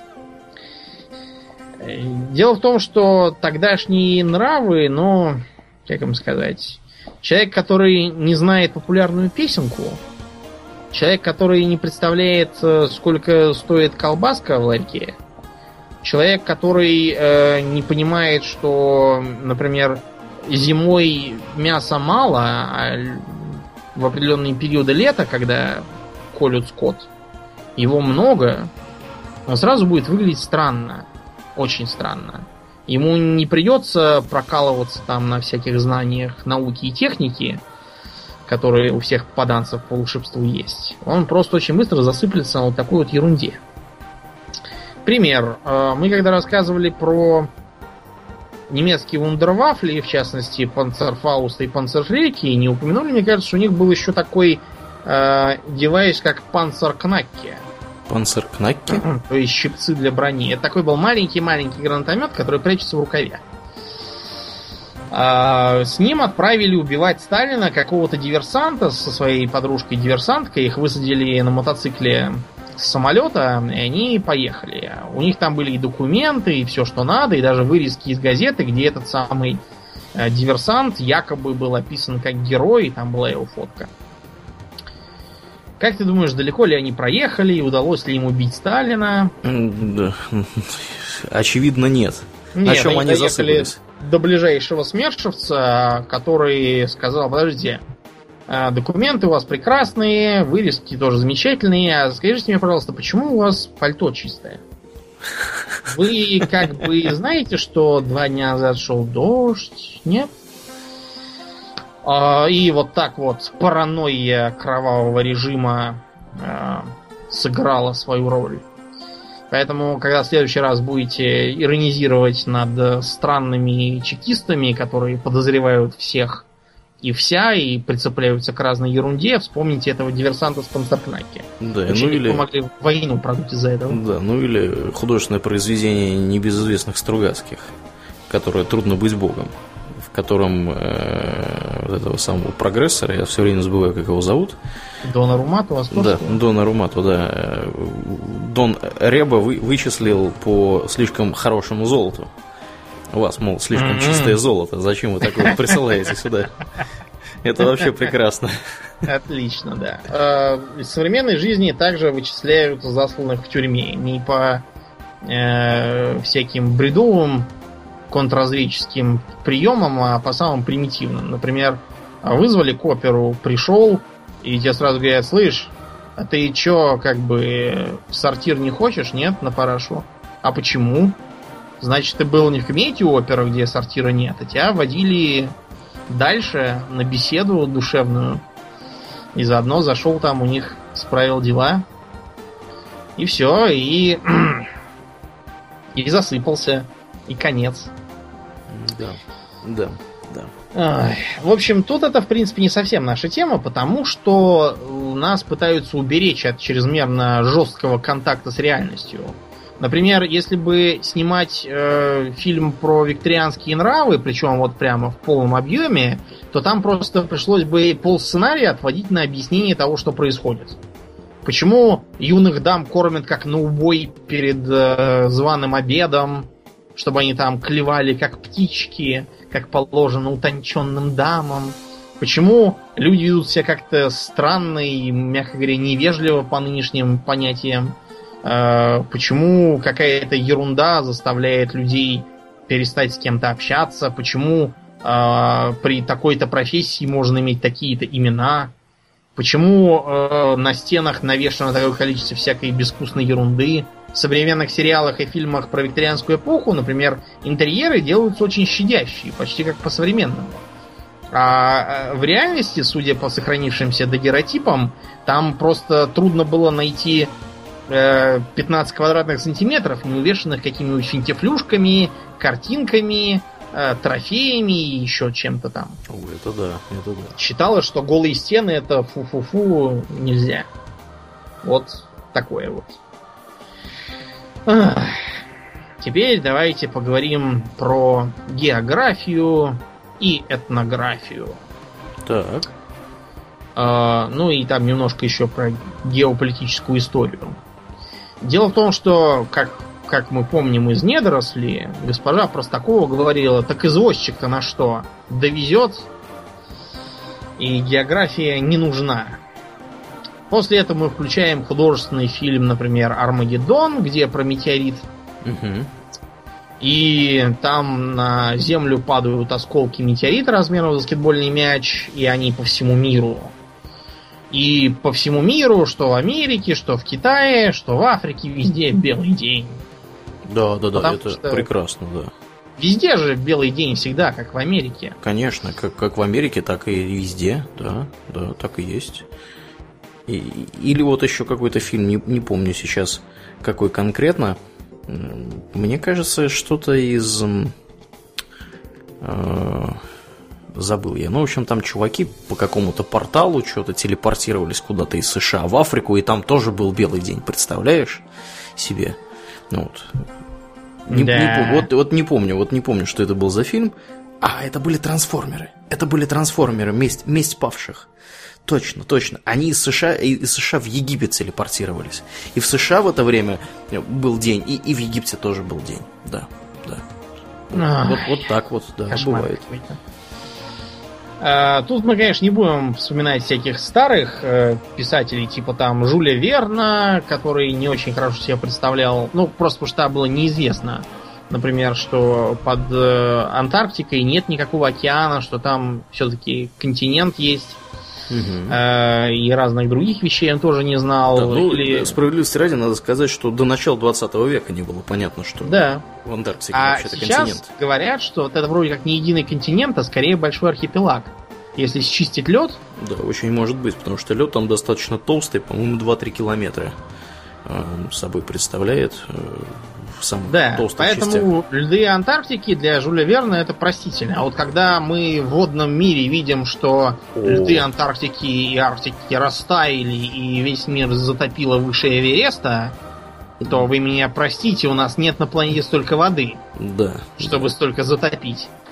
Дело в том, что тогдашние нравы, как им сказать, человек, который не знает популярную песенку, человек, который не представляет, сколько стоит колбаска в ларьке, человек, который не понимает, что, например, зимой мяса мало, а в определенные периоды лета, когда колют скот, его много, он сразу будет выглядеть странно. Очень странно. Ему не придется прокалываться там на всяких знаниях науки и техники, которые у всех попаданцев по волшебству есть. Он просто очень быстро засыплется на вот такой вот ерунде. Пример. Мы когда рассказывали про немецкие вундервафли, в частности, Панцерфауста и Панцерфлейки, не упомянули, мне кажется, что у них был еще такой девайс, как Панцеркнакке. Панцеркнакке? То есть щипцы для брони. Это такой был маленький-маленький гранатомет, который прячется в рукаве. С ним отправили убивать Сталина какого-то диверсанта со своей подружкой-диверсанткой. Их высадили на мотоцикле с самолета, и они поехали. У них там были и документы, и все, что надо, и даже вырезки из газеты, где этот самый диверсант якобы был описан как герой, и там была его фотка. Как ты думаешь, далеко ли они проехали, и удалось ли им убить Сталина? Да. Очевидно, нет. Нет, на чем они засыпались? До ближайшего смершевца, который сказал: подождите, документы у вас прекрасные, вырезки тоже замечательные, а скажите мне, пожалуйста, почему у вас пальто чистое? Вы как бы знаете, что 2 дня назад шел дождь? Нет? И вот так вот паранойя кровавого режима сыграла свою роль. Поэтому, когда в следующий раз будете иронизировать над странными чекистами, которые подозревают всех и вся, и прицепляются к разной ерунде, вспомните этого диверсанта с Панцеркнакке. Да, или могли войну продуть из-за этого. Да, или художественное произведение небезызвестных Стругацких, которое «Трудно быть богом», которым вот этого самого прогрессора, я все время забываю, как его зовут. Дона Румату, Да, Дона Румату, да. Дон Реба вычислил по слишком хорошему золоту. У вас, мол, слишком чистое золото. Зачем вы такое присылаете сюда? Это вообще прекрасно. Отлично, да. В современной жизни также вычисляют засланных в тюрьме. Не по всяким бредовым контрразведческим приемам, а по самым примитивным. Например, вызвали к оперу, пришел, и тебе сразу говорят: слышь, а ты чё, как бы, в сортир не хочешь, нет, на парашу? А почему? Значит, ты был не в кабинете опера, где сортира нет, а тебя водили дальше на беседу душевную. И заодно зашел там у них, справил дела. И все, и засыпался. И конец. Да. Ой. В общем, тут это, в принципе, не совсем наша тема, потому что нас пытаются уберечь от чрезмерно жесткого контакта с реальностью. Например, если бы снимать фильм про викторианские нравы, причем вот прямо в полном объеме, то там просто пришлось бы полсценария отводить на объяснение того, что происходит. Почему юных дам кормят как на убой перед званым обедом, чтобы они там клевали как птички, как положено утонченным дамам. Почему люди ведут себя как-то странно и, мягко говоря, невежливо по нынешним понятиям. Почему какая-то ерунда заставляет людей перестать с кем-то общаться. Почему при такой-то профессии можно иметь такие-то имена. Почему на стенах навешано такое количество всякой безвкусной ерунды. В современных сериалах и фильмах про викторианскую эпоху, например, интерьеры делаются очень щадящие, почти как по-современному. А в реальности, судя по сохранившимся дагеротипам, там просто трудно было найти 15 квадратных сантиметров, не увешанных какими-нибудь финтифлюшками, картинками, трофеями и еще чем-то там. Это да. Считалось, что голые стены — это фу-фу-фу, нельзя. Вот такое вот. Теперь давайте поговорим про географию и этнографию. Так. Ну и там немножко еще про геополитическую историю. Дело в том, что, как мы помним из «Недорослей», госпожа Простакова говорила: так извозчик-то на что? Довезет, и география не нужна. После этого мы включаем художественный фильм, например, «Армагеддон», где про метеорит. Угу. И там на Землю падают осколки метеорита размером в баскетбольный мяч, и они по всему миру. И по всему миру, что в Америке, что в Китае, что в Африке, везде белый день. Да, это прекрасно, да. Везде же белый день всегда, как в Америке. Конечно, как в Америке, так и везде, да, так и есть. Или вот еще какой-то фильм, не помню сейчас, какой конкретно. Мне кажется, что-то из... забыл я. Ну, в общем, там чуваки по какому-то порталу что-то телепортировались куда-то из США в Африку, и там тоже был белый день, представляешь себе? Ну вот. Не помню, что это был за фильм. Это были трансформеры. Месть павших. Точно. Они из США в Египет телепортировались. И в США в это время был день, и в Египте тоже был день. Да. Вот так вот, да, бывает. Тут мы, конечно, не будем вспоминать всяких старых писателей, типа там Жюля Верна, который не очень хорошо себя представлял. Ну, просто потому что там было неизвестно, например, что под Антарктикой нет никакого океана, что там все-таки континент есть. И разных других вещей он тоже не знал. Да, справедливости ради, надо сказать, что до начала 20 века не было понятно, что в Антарктике вообще-то континент. Сейчас говорят, что это вроде как не единый континент, а скорее большой архипелаг. Если счистить лед. Да, очень может быть, потому что лед там достаточно толстый, по-моему, 2-3 километра собой представляет в самых толстых частях. Поэтому льды Антарктики для Жюля Верна это простительно. А вот когда мы в водном мире видим, что льды Антарктики и Арктики растаяли и весь мир затопило выше Эвереста, то вы меня простите, у нас нет на планете столько воды, чтобы столько затопить.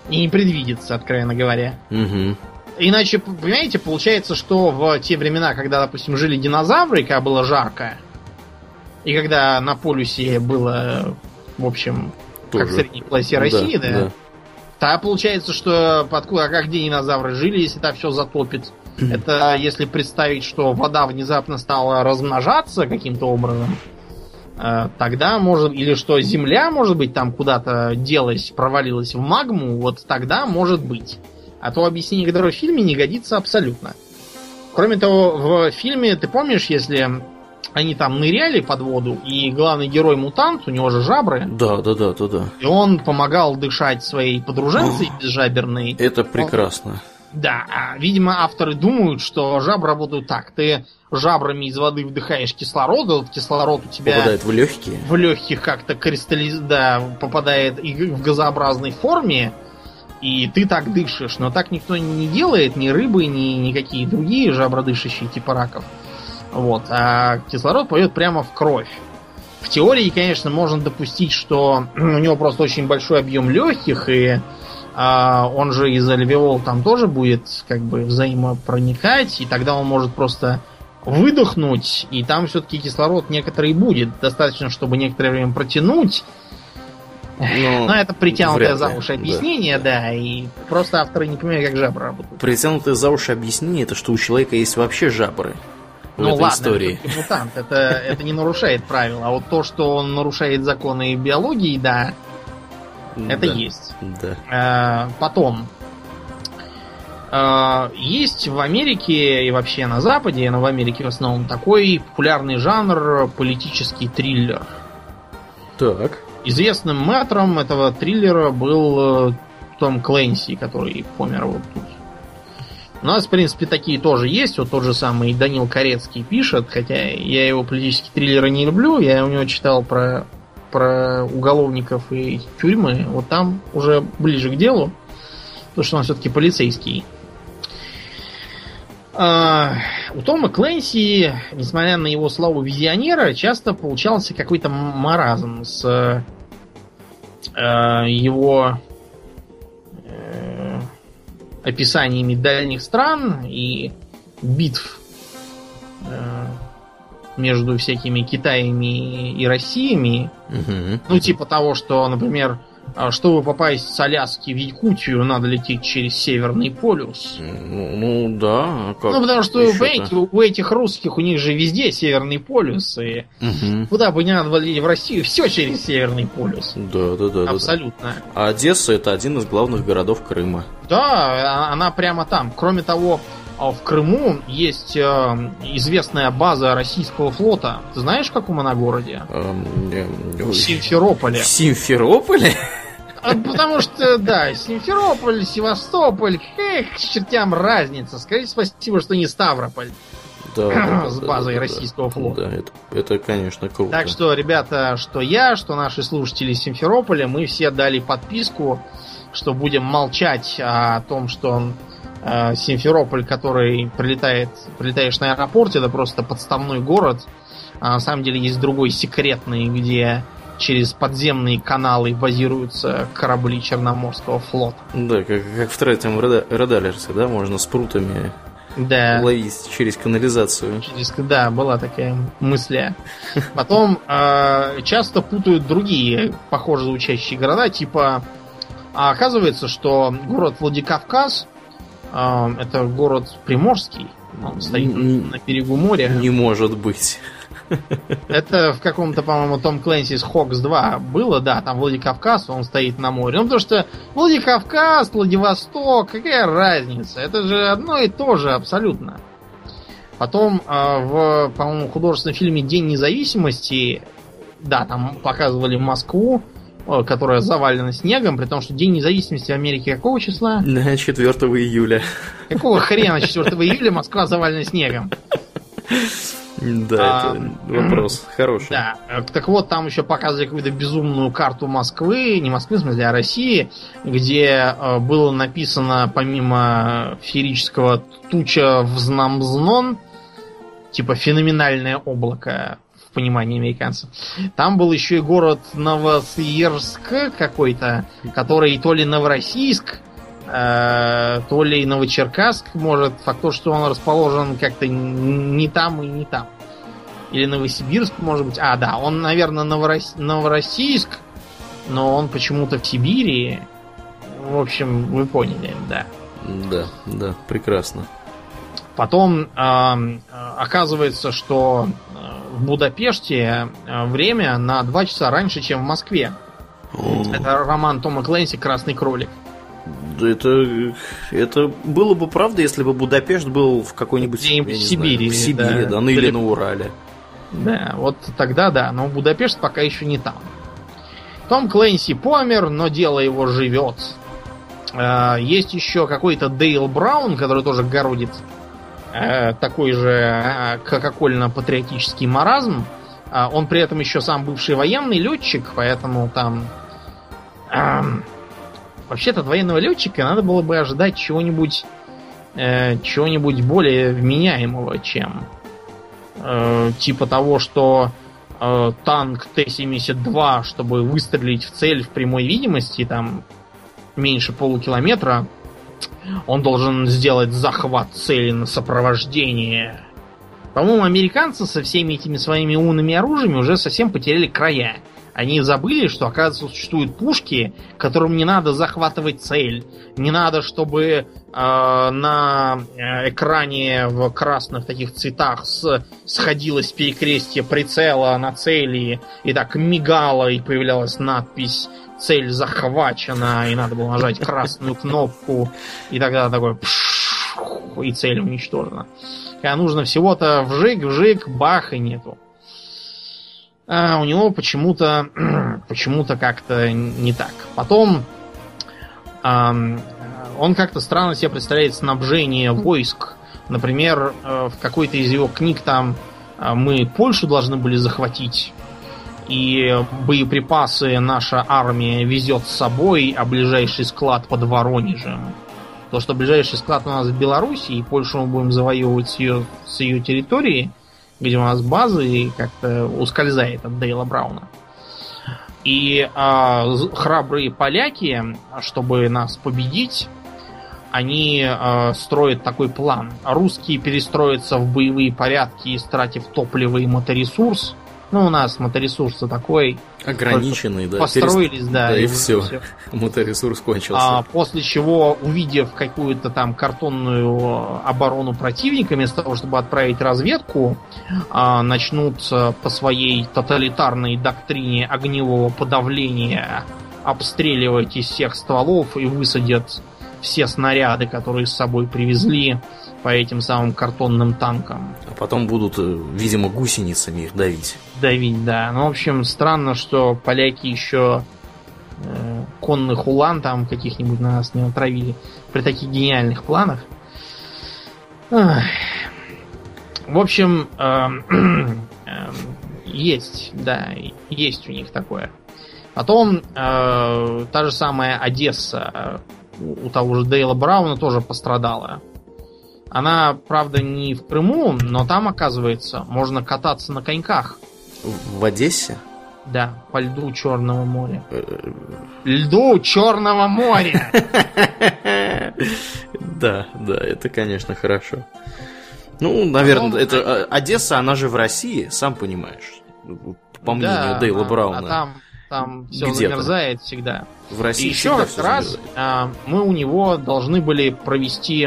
И не предвидится, откровенно говоря. Угу. Иначе, понимаете, получается, что в те времена, когда, допустим, жили динозавры, когда было жарко, и когда на полюсе было, в общем, тоже. Как в средней полосе России, да? То получается, что а как где динозавры жили, если так все затопит? Это если представить, что вода внезапно стала размножаться каким-то образом, тогда может... Или что Земля, может быть, там куда-то делась, провалилась в магму, вот тогда может быть. А то объяснение, которое в фильме, не годится абсолютно. Кроме того, в фильме, ты помнишь, если они там ныряли под воду, и главный герой мутант, у него же жабры. Да. И он помогал дышать своей подруженцей безжаберной. Это прекрасно. Да, видимо, авторы думают, что жабры работают так. Ты жабрами из воды вдыхаешь кислород, этот кислород у тебя... Попадает в легкие. В легких как-то попадает и в газообразной форме, и ты так дышишь. Но так никто не делает, ни рыбы, ни никакие другие жабродышащие типа раков. Вот. А кислород пойдет прямо в кровь. В теории, конечно, можно допустить, что у него просто очень большой объем легких, и он же из альвеол там тоже будет как бы взаимопроникать, и тогда он может просто выдохнуть, и там все-таки кислород некоторый будет. Достаточно, чтобы некоторое время протянуть. Но это притянутое за уши объяснение, да, и просто авторы не понимают, как жабры работают. Притянутое за уши объяснение, это что у человека есть вообще жабры. В этой истории. Это мутант, это не нарушает правил. А вот то, что он нарушает законы биологии, да, это есть. Да. Потом. Есть в Америке и вообще на Западе, но в Америке в основном такой популярный жанр политический триллер. Так. Известным мэтром этого триллера был Том Клэнси, который помер вот тут. У нас, в принципе, такие тоже есть. Вот тот же самый Данил Корецкий пишет, хотя я его политические триллеры не люблю. Я у него читал про уголовников и тюрьмы. Вот там уже ближе к делу, потому что он все-таки полицейский. У Тома Клэнси, несмотря на его славу визионера, часто получался какой-то маразм с его описаниями дальних стран и битв между всякими Китаями и Россиями. Угу. Ну, типа того, что, например, чтобы попасть с Аляски в Якутию, надо лететь через Северный полюс. Ну да. Ну, потому что, понимаете, у этих русских, у них же везде Северный полюс. И куда бы не надо было лететь в Россию, все через Северный полюс. Да. Абсолютно. А Одесса — это один из главных городов Крыма. Да, она прямо там. Кроме того, в Крыму есть известная база российского флота. Ты знаешь, в каком она городе? В Симферополе. В Симферополе? Потому что, да, Симферополь, Севастополь, к чертям разница. Скажите спасибо, что не Ставрополь. Да, с базой российского флота. Да, это, конечно, круто. Так что, ребята, что я, что наши слушатели из Симферополя, мы все дали подписку, что будем молчать о том, что Симферополь, который прилетаешь на аэропорте, это просто подставной город. А на самом деле есть другой секретный, где через подземные каналы базируются корабли Черноморского флота. Да, как в третьем Red Alert, да, можно с прутами ловить через канализацию. Да, была такая мысль. Потом часто путают другие похоже звучащие города, типа оказывается, что город Владикавказ это город приморский. Он стоит на берегу моря. Не может быть. Это в каком-то, по-моему, Том Клэнсис Хокс 2 было, да, там Владикавказ, он стоит на море. Ну, потому что Владикавказ, Владивосток, какая разница? Это же одно и то же абсолютно. Потом в, по-моему, художественном фильме «День независимости», да, там показывали Москву, которая завалена снегом, при том, что День независимости в Америке какого числа? 4 июля. Какого хрена 4 июля Москва завалена снегом? Да, это вопрос хороший. Да, так вот, там еще показывали какую-то безумную карту Москвы, не Москвы, в смысле, а России, где было написано, помимо феерического туча взнамзнон, типа феноменальное облако, понимании американцев. Там был еще и город Новосибирск какой-то, который то ли Новороссийск, то ли Новочеркасск, может, факт то, что он расположен как-то не там и не там. Или Новосибирск, может быть. А, да, он, наверное, Новороссийск, но он почему-то в Сибири. В общем, вы поняли, да. Да, прекрасно. Потом оказывается, что в Будапеште время на 2 часа раньше, чем в Москве. Это роман Тома Клэнси «Красный кролик». Это было бы правда, если бы Будапешт был в какой-нибудь в Сибири, да, ну или на Урале. Да, вот тогда да, но Будапешт пока еще не там. Том Клэнси помер, но дело его живет. Есть еще какой-то Дейл Браун, который тоже городит такой же кока-кольно-патриотический маразм. Он при этом еще сам бывший военный летчик, поэтому там... Вообще-то от военного летчика надо было бы ожидать чего-нибудь более вменяемого, чем типа того, что танк Т-72, чтобы выстрелить в цель в прямой видимости, там меньше полукилометра, он должен сделать захват цели на сопровождение. По-моему, американцы со всеми этими своими умными оружиями уже совсем потеряли края. Они забыли, что, оказывается, существуют пушки, которым не надо захватывать цель. Не надо, чтобы на экране в красных таких цветах сходилось перекрестие прицела на цели, и так мигало, и появлялась надпись «Цель захвачена», и надо было нажать красную кнопку, и тогда такой пш, и цель уничтожена. Когда нужно всего-то вжик, бах, и нету. А у него почему-то как-то не так. Потом он как-то странно себе представляет снабжение войск. Например, в какой-то из его книг там мы Польшу должны были захватить, и боеприпасы наша армия везет с собой, а ближайший склад под Воронежем. То, что ближайший склад у нас в Беларуси, и Польшу мы будем завоевывать с ее территории, где у нас базы, и как-то ускользает от Дейла Брауна. И храбрые поляки, чтобы нас победить, они строят такой план. Русские перестроятся в боевые порядки, истратив топливо и моторесурс. Ну, у нас моторесурс такой... ограниченный, да. Построились, да. И все. Моторесурс кончился. После чего, увидев какую-то там картонную оборону противника, вместо того, чтобы отправить разведку, начнут по своей тоталитарной доктрине огневого подавления обстреливать из всех стволов и высадят все снаряды, которые с собой привезли, по этим самым картонным танкам. А потом будут, видимо, гусеницами их давить. Давить, да. Ну, в общем, странно, что поляки еще конных улан там каких-нибудь на нас не натравили при таких гениальных планах. В общем, есть, да, есть у них такое. Потом та же самая Одесса у того же Дейла Брауна тоже пострадала. Она, правда, не в Крыму, но там, оказывается, можно кататься на коньках. В Одессе? Да, по льду Черного моря. Льду Черного моря! Да, это, конечно, хорошо. Ну, наверное, это Одесса, она же в России, сам понимаешь. По мнению Дейла Брауна. Там все замерзает всегда. В России еще раз мы у него должны были провести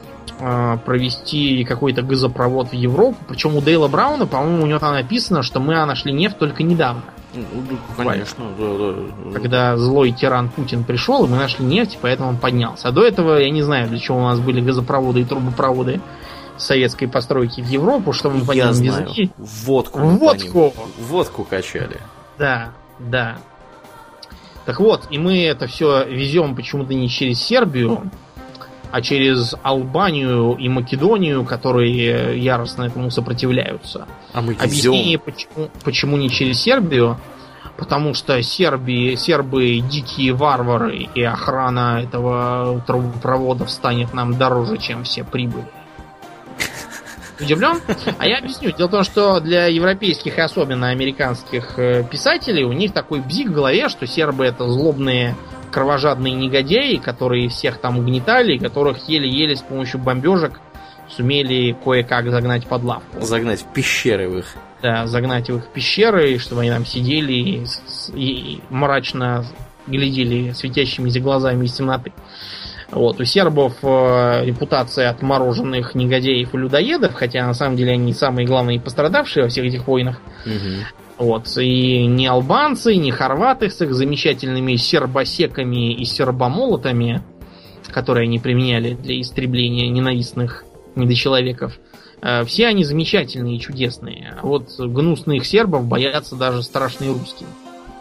какой-то газопровод в Европу. Причем у Дейла Брауна, по-моему, у него там написано, что мы нашли нефть только недавно. Конечно, да. Когда злой тиран Путин пришел, и мы нашли нефть, поэтому он поднялся. А до этого я не знаю, для чего у нас были газопроводы и трубопроводы советской постройки в Европу, чтобы мы по ним везли. Водку качали. Да. Так вот, и мы это все везем почему-то не через Сербию, а через Албанию и Македонию, которые яростно этому сопротивляются. А мы Объяснение, почему не через Сербию, потому что сербы дикие варвары, и охрана этого трубопровода станет нам дороже, чем все прибыли. Удивлен? А я объясню. Дело в том, что для европейских и особенно американских писателей у них такой бзик в голове, что сербы это злобные, кровожадные негодяи, которые всех там угнетали, и которых еле-еле с помощью бомбежек сумели кое-как загнать под лавку. Загнать в пещеры в их. Да, загнать в их пещеры, чтобы они там сидели и мрачно глядели светящимися глазами из темноты. Вот. У сербов репутация отмороженных негодяев и людоедов, хотя на самом деле они самые главные пострадавшие во всех этих войнах. Вот. И ни албанцы, ни хорваты с их замечательными сербосеками и сербомолотами, которые они применяли для истребления ненавистных недочеловеков, все они замечательные и чудесные. А вот гнусных сербов боятся даже страшные русские.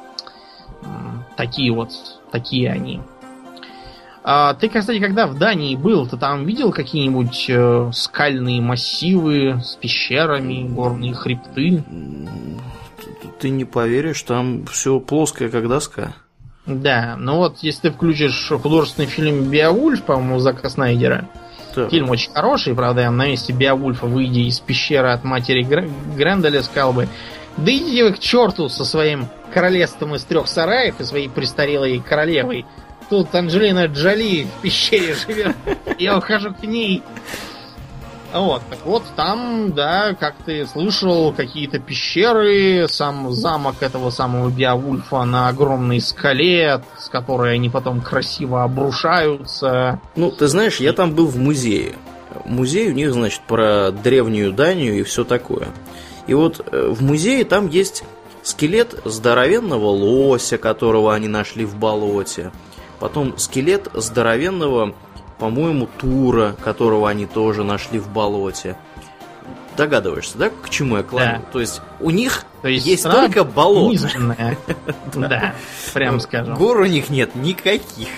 Такие они. Ты, кстати, когда в Дании был, ты там видел какие-нибудь скальные массивы с пещерами, горные хребты? Ты не поверишь, там все плоское, как доска. Да, ну вот, если ты включишь художественный фильм «Беовульф», по-моему, Зака Снайдера, так. Фильм очень хороший, правда, я на месте Беовульфа, выйдя из пещеры от матери Гренделя, сказал бы: да идите вы к черту со своим королевством из 3 сараев и своей престарелой королевой. Тут Анджелина Джоли в пещере живет. Я ухожу к ней. Вот, так вот, там, да, как ты слышал, какие-то пещеры, сам замок этого самого Беовульфа на огромной скале, с которой они потом красиво обрушаются. Ну, ты знаешь, я там был в музее. Музей у них, значит, про древнюю Данию и все такое. И вот в музее там есть скелет здоровенного лося, которого они нашли в болоте. Потом скелет здоровенного, по-моему, тура, которого они тоже нашли в болоте. Догадываешься, да, к чему я клоню? Да. То есть у них есть только болото. Да, прям скажем. Гор у них нет никаких.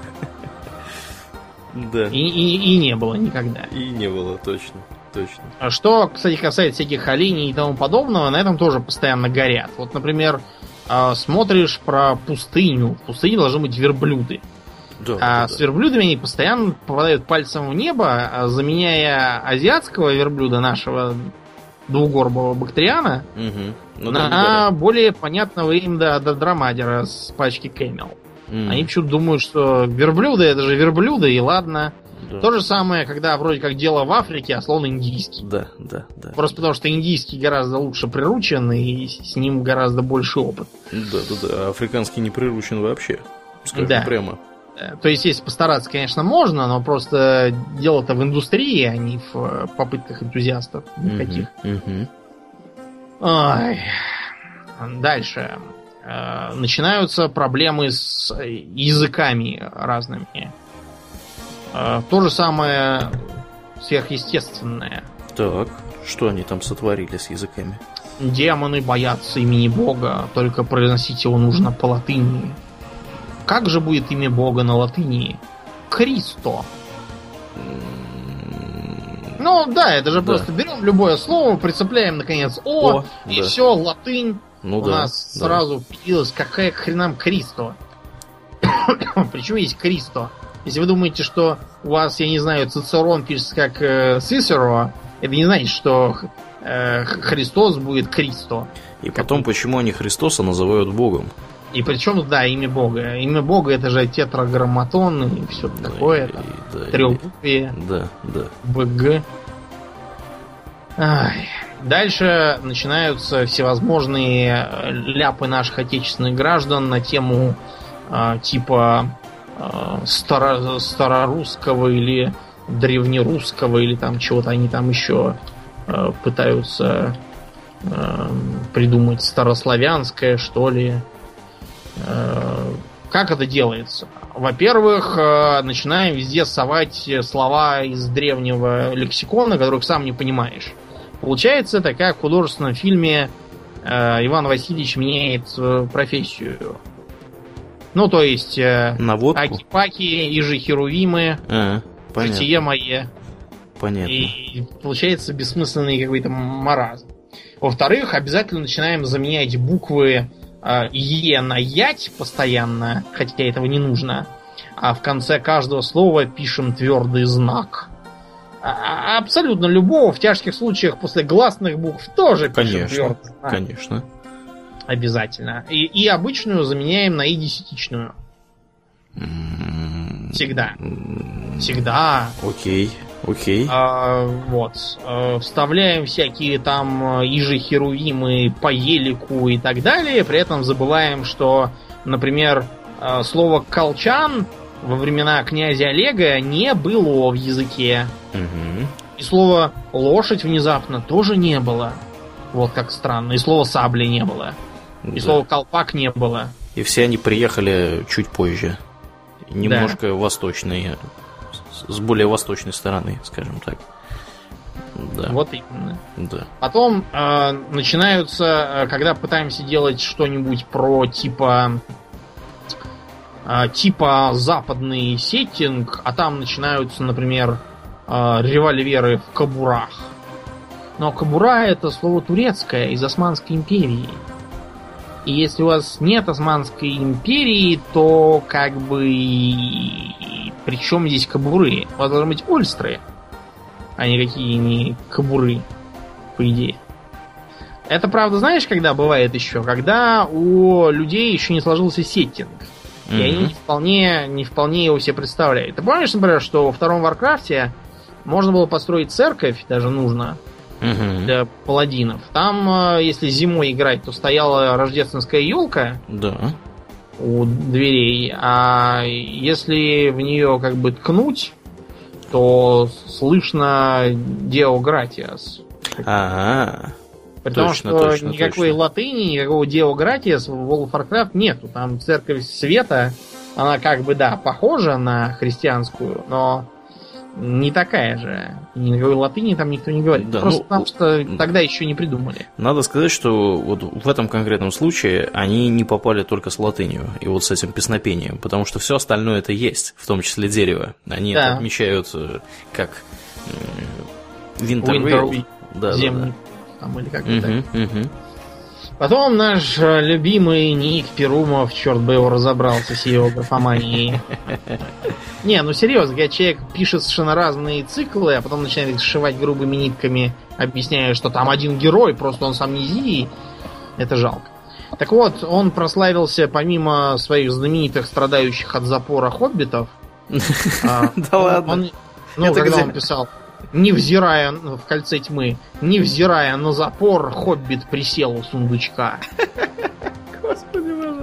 Да. И не было никогда. И не было, точно. Что, кстати, касается всяких оленей и тому подобного, на этом тоже постоянно горят. Вот, например, смотришь про пустыню. В пустыне должны быть верблюды. Да. С верблюдами они постоянно попадают пальцем в небо, заменяя азиатского верблюда, нашего двугорбого бактриана, на более понятного им драмадера с пачки Кэмел. Они почему-то думают, что верблюды это же верблюды, и ладно. Да. То же самое, когда вроде как дело в Африке, а слон индийский. Да. Просто потому, что индийский гораздо лучше приручен, и с ним гораздо больше опыт. Да. Африканский не приручен вообще. Скажем прямо. То есть, если постараться, конечно, можно, но просто дело-то в индустрии, а не в попытках энтузиастов никаких. Ой. Дальше. Начинаются проблемы с языками разными. То же самое сверхъестественное. Так, что они там сотворили с языками? Демоны боятся имени Бога, только произносить его нужно по латыни. Как же будет имя Бога на латыни? Кристо. Ну да, это же просто берем любое слово, прицепляем наконец О и все, латынь. У нас сразу появилась какая к хренам Кристо. Причем есть Кристо. Если вы думаете, что у вас, я не знаю, Цицерон пишется как Цицеро, это не значит, что Христос будет Кристо. И потом, почему они Христоса называют Богом? И причем, да, имя Бога. Имя Бога это же тетраграмматон и все такое. Трехбуквие. Да. БГ. Дальше начинаются всевозможные ляпы наших отечественных граждан на тему типа старорусского или древнерусского или там чего-то они там еще пытаются придумать старославянское, что ли. Как это делается? Во-первых, начинаем везде совать слова из древнего лексикона, которых сам не понимаешь. Получается это как в художественном фильме Иван Васильевич меняет профессию. Ну, то есть аки-паки, ижи-херувимы, житие мое. Понятно. И получается бессмысленный какой-то маразм. Во-вторых, обязательно начинаем заменять буквы Е на ять постоянно, хотя этого не нужно. А в конце каждого слова пишем твердый знак. Абсолютно любого. В тяжких случаях после гласных букв тоже пишем твердый знак. Конечно. Обязательно. И обычную заменяем на и десятичную. Всегда. Всегда. Окей. Вот. Вставляем всякие там ижи-херувимы по елику и так далее. При этом забываем, что, например, слово «колчан» во времена князя Олега не было в языке. Угу. И слово «лошадь» внезапно тоже не было. Вот как странно. И слова «сабли» не было. И слова «колпак» не было. И все они приехали чуть позже. Немножко восточные. С более восточной стороны, скажем так. Да. Вот именно. Да. Потом начинаются, когда пытаемся делать что-нибудь про типа западный сеттинг, а там начинаются, например, револьверы в кобурах. Но кобура — это слово турецкое из Османской империи. И если у вас нет Османской империи, то как бы при чем здесь кобуры? У вас должны быть ольстры, а никакие не кобуры, по идее. Это правда, знаешь, когда бывает еще? Когда у людей еще не сложился сеттинг. И они не вполне его себе представляют. Ты помнишь, например, что во втором Варкрафте можно было построить церковь, даже нужно, для паладинов. Там, если зимой играть, то стояла рождественская елка у дверей, а если в нее как бы ткнуть, то слышно Deo Gratias. При том, что никакой латыни, никакого Deo Gratias в World of Warcraft нету. Там церковь света, она как бы, да, похожа на христианскую, но не такая же. Никакой латыни там никто не говорит. Да, просто потому что тогда еще не придумали. Надо сказать, что вот в этом конкретном случае они не попали только с латынью и вот с этим песнопением, потому что все остальное это есть, в том числе дерево. Они это отмечают как Wintervale. Земный. Там, или как это. Потом наш любимый Ник Перумов, черт бы его разобрался с его графоманией. Не, ну серьезно, когда человек пишет совершенно разные циклы, а потом начинает их сшивать грубыми нитками, объясняя, что там один герой, просто он с амнезией, это жалко. Так вот, он прославился помимо своих знаменитых страдающих от запора хоббитов. Да ладно. Когда он писал: невзирая в кольце тьмы, невзирая на запор, хоббит присел у сундучка. Господи боже.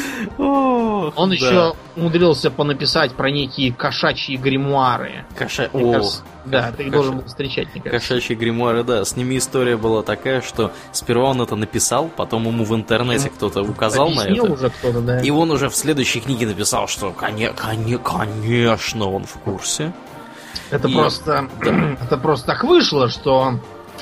Он еще умудрился понаписать про некие кошачьи гримуары. Да, ты их должен был встречать, мне кажется. Кошачьи гримуары, да. С ними история была такая, что сперва он это написал, потом ему в интернете кто-то указал на это. Уже кто-то, да. И он уже в следующей книге написал, что конечно, он в курсе. Это просто так вышло, что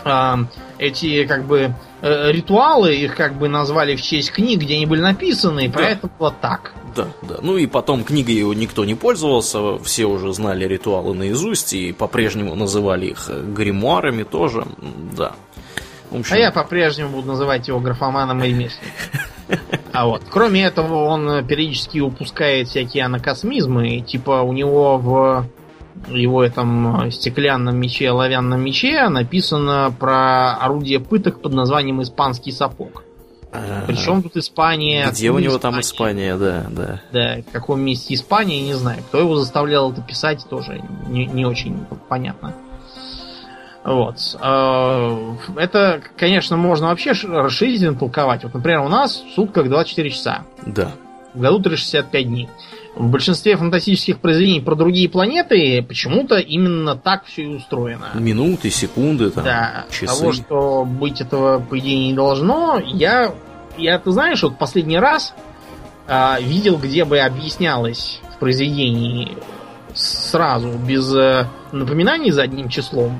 эти как бы ритуалы, их как бы назвали в честь книг, где они были написаны, и поэтому вот так. Да. Ну и потом книгой его никто не пользовался, все уже знали ритуалы наизусть и по-прежнему называли их гримуарами тоже, да. В общем... А я по-прежнему буду называть его графоманом и ремесленником. А вот, кроме этого, он периодически упускает всякие анакосмизмы, типа у него в его этом стеклянном мече, оловянном мече написано про орудие пыток под названием «Испанский сапог». Причем тут Испания? Где у него там Испания, да. Да, в каком месте Испания, не знаю. Кто его заставлял это писать, тоже не очень понятно. Вот. Это, конечно, можно вообще расширительно толковать. Вот, например, у нас в сутках 24 часа. Да. В году 365 дней. В большинстве фантастических произведений про другие планеты почему-то именно так все и устроено. Минуты, секунды, там, часы. Того, что быть этого, по идее, не должно. Я ты знаешь, вот последний раз видел, где бы объяснялось в произведении сразу, без напоминаний за одним числом,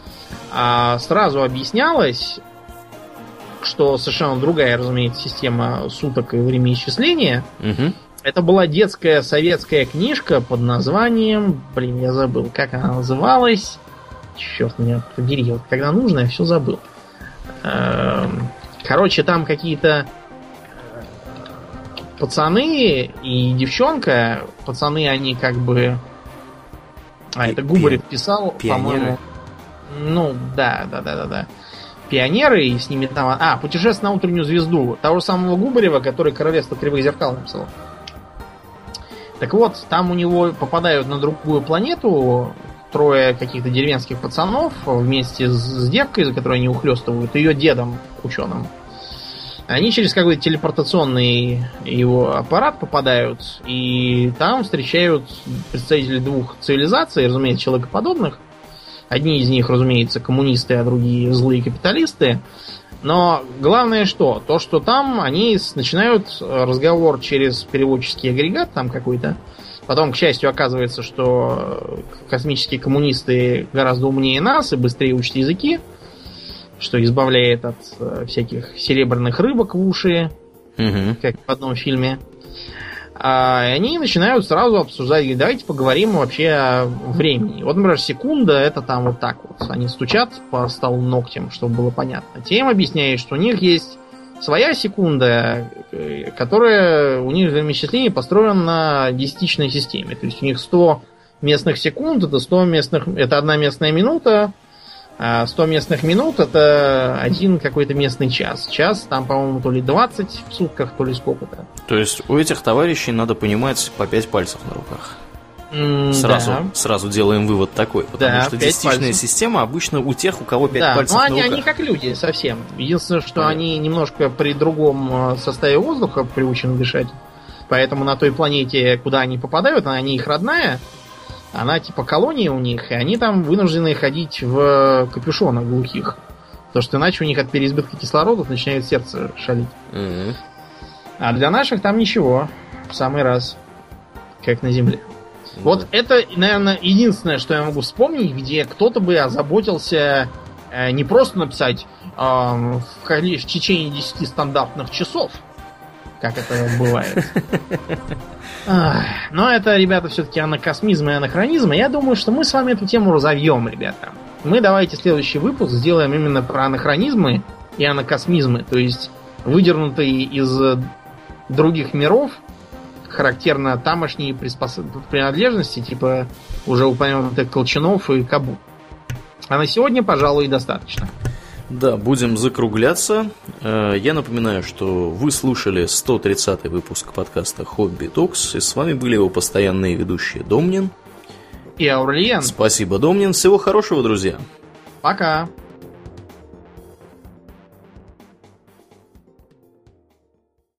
сразу объяснялось, что совершенно другая, разумеется, система суток и времяисчисления. Это была детская советская книжка под названием... я забыл, как она называлась. Черт меня побери, вот когда нужно, я все забыл. Короче, там какие-то пацаны и девчонка. Пацаны, они как бы Это Губарев писал, Пионеры. по-моему. Да. Пионеры, и с ними там... «Путешествие на утреннюю звезду». Того же самого Губарева, который «Королевство кривых зеркал» написал. Так вот, там у него попадают на другую планету трое каких-то деревенских пацанов вместе с девкой, за которой они ухлёстывают, и ее дедом, ученым. Они через какой-то телепортационный его аппарат попадают, и там встречают представителей двух цивилизаций, разумеется, человекоподобных. Одни из них, разумеется, коммунисты, а другие злые капиталисты. Но главное что? То, что там они начинают разговор через переводческий агрегат там какой-то. Потом, к счастью, оказывается, что космические коммунисты гораздо умнее нас и быстрее учат языки, что избавляет от всяких серебряных рыбок в уши, как в одном фильме. И они начинают сразу обсуждать, давайте поговорим вообще о времени. Вот, например, секунда, это там вот так вот. Они стучат по столу ногтем, чтобы было понятно. Те им объясняют, что у них есть своя секунда, которая у них в времяисчислении построена на десятичной системе. То есть у них 100 местных секунд, это одна местная минута, а 100 местных минут это один какой-то местный час. Час там, по-моему, то ли 20 в сутках, то ли сколько-то. То есть у этих товарищей надо понимать по 5 пальцев на руках. Сразу делаем вывод такой, потому что десятичная система обычно у тех, у кого 5 пальцев на руках. Они как люди совсем. Единственное, что они немножко при другом составе воздуха приучены дышать. Поэтому на той планете, куда они попадают, она не их родная, она типа колония у них, и они там вынуждены ходить в капюшонах глухих. Потому что иначе у них от переизбытка кислорода начинает сердце шалить. А для наших там ничего. В самый раз. Как на Земле. Вот это, наверное, единственное, что я могу вспомнить, где кто-то бы озаботился не просто написать в течение 10 стандартных часов, как это бывает. Но это, ребята, все-таки анакосмизм и анахронизм. Я думаю, что мы с вами эту тему разовьем, ребята. Мы давайте следующий выпуск сделаем именно про анахронизмы и анакосмизмы. То есть выдернутые из других миров, характерно тамошние принадлежности, типа уже упомянутых Колчанов и Кабу. А на сегодня, пожалуй, достаточно. Да, будем закругляться. Я напоминаю, что вы слушали 130-й выпуск подкаста Хобби Токс, и с вами были его постоянные ведущие Домнин и Аурлиен. Спасибо, Домнин. Всего хорошего, друзья. Пока.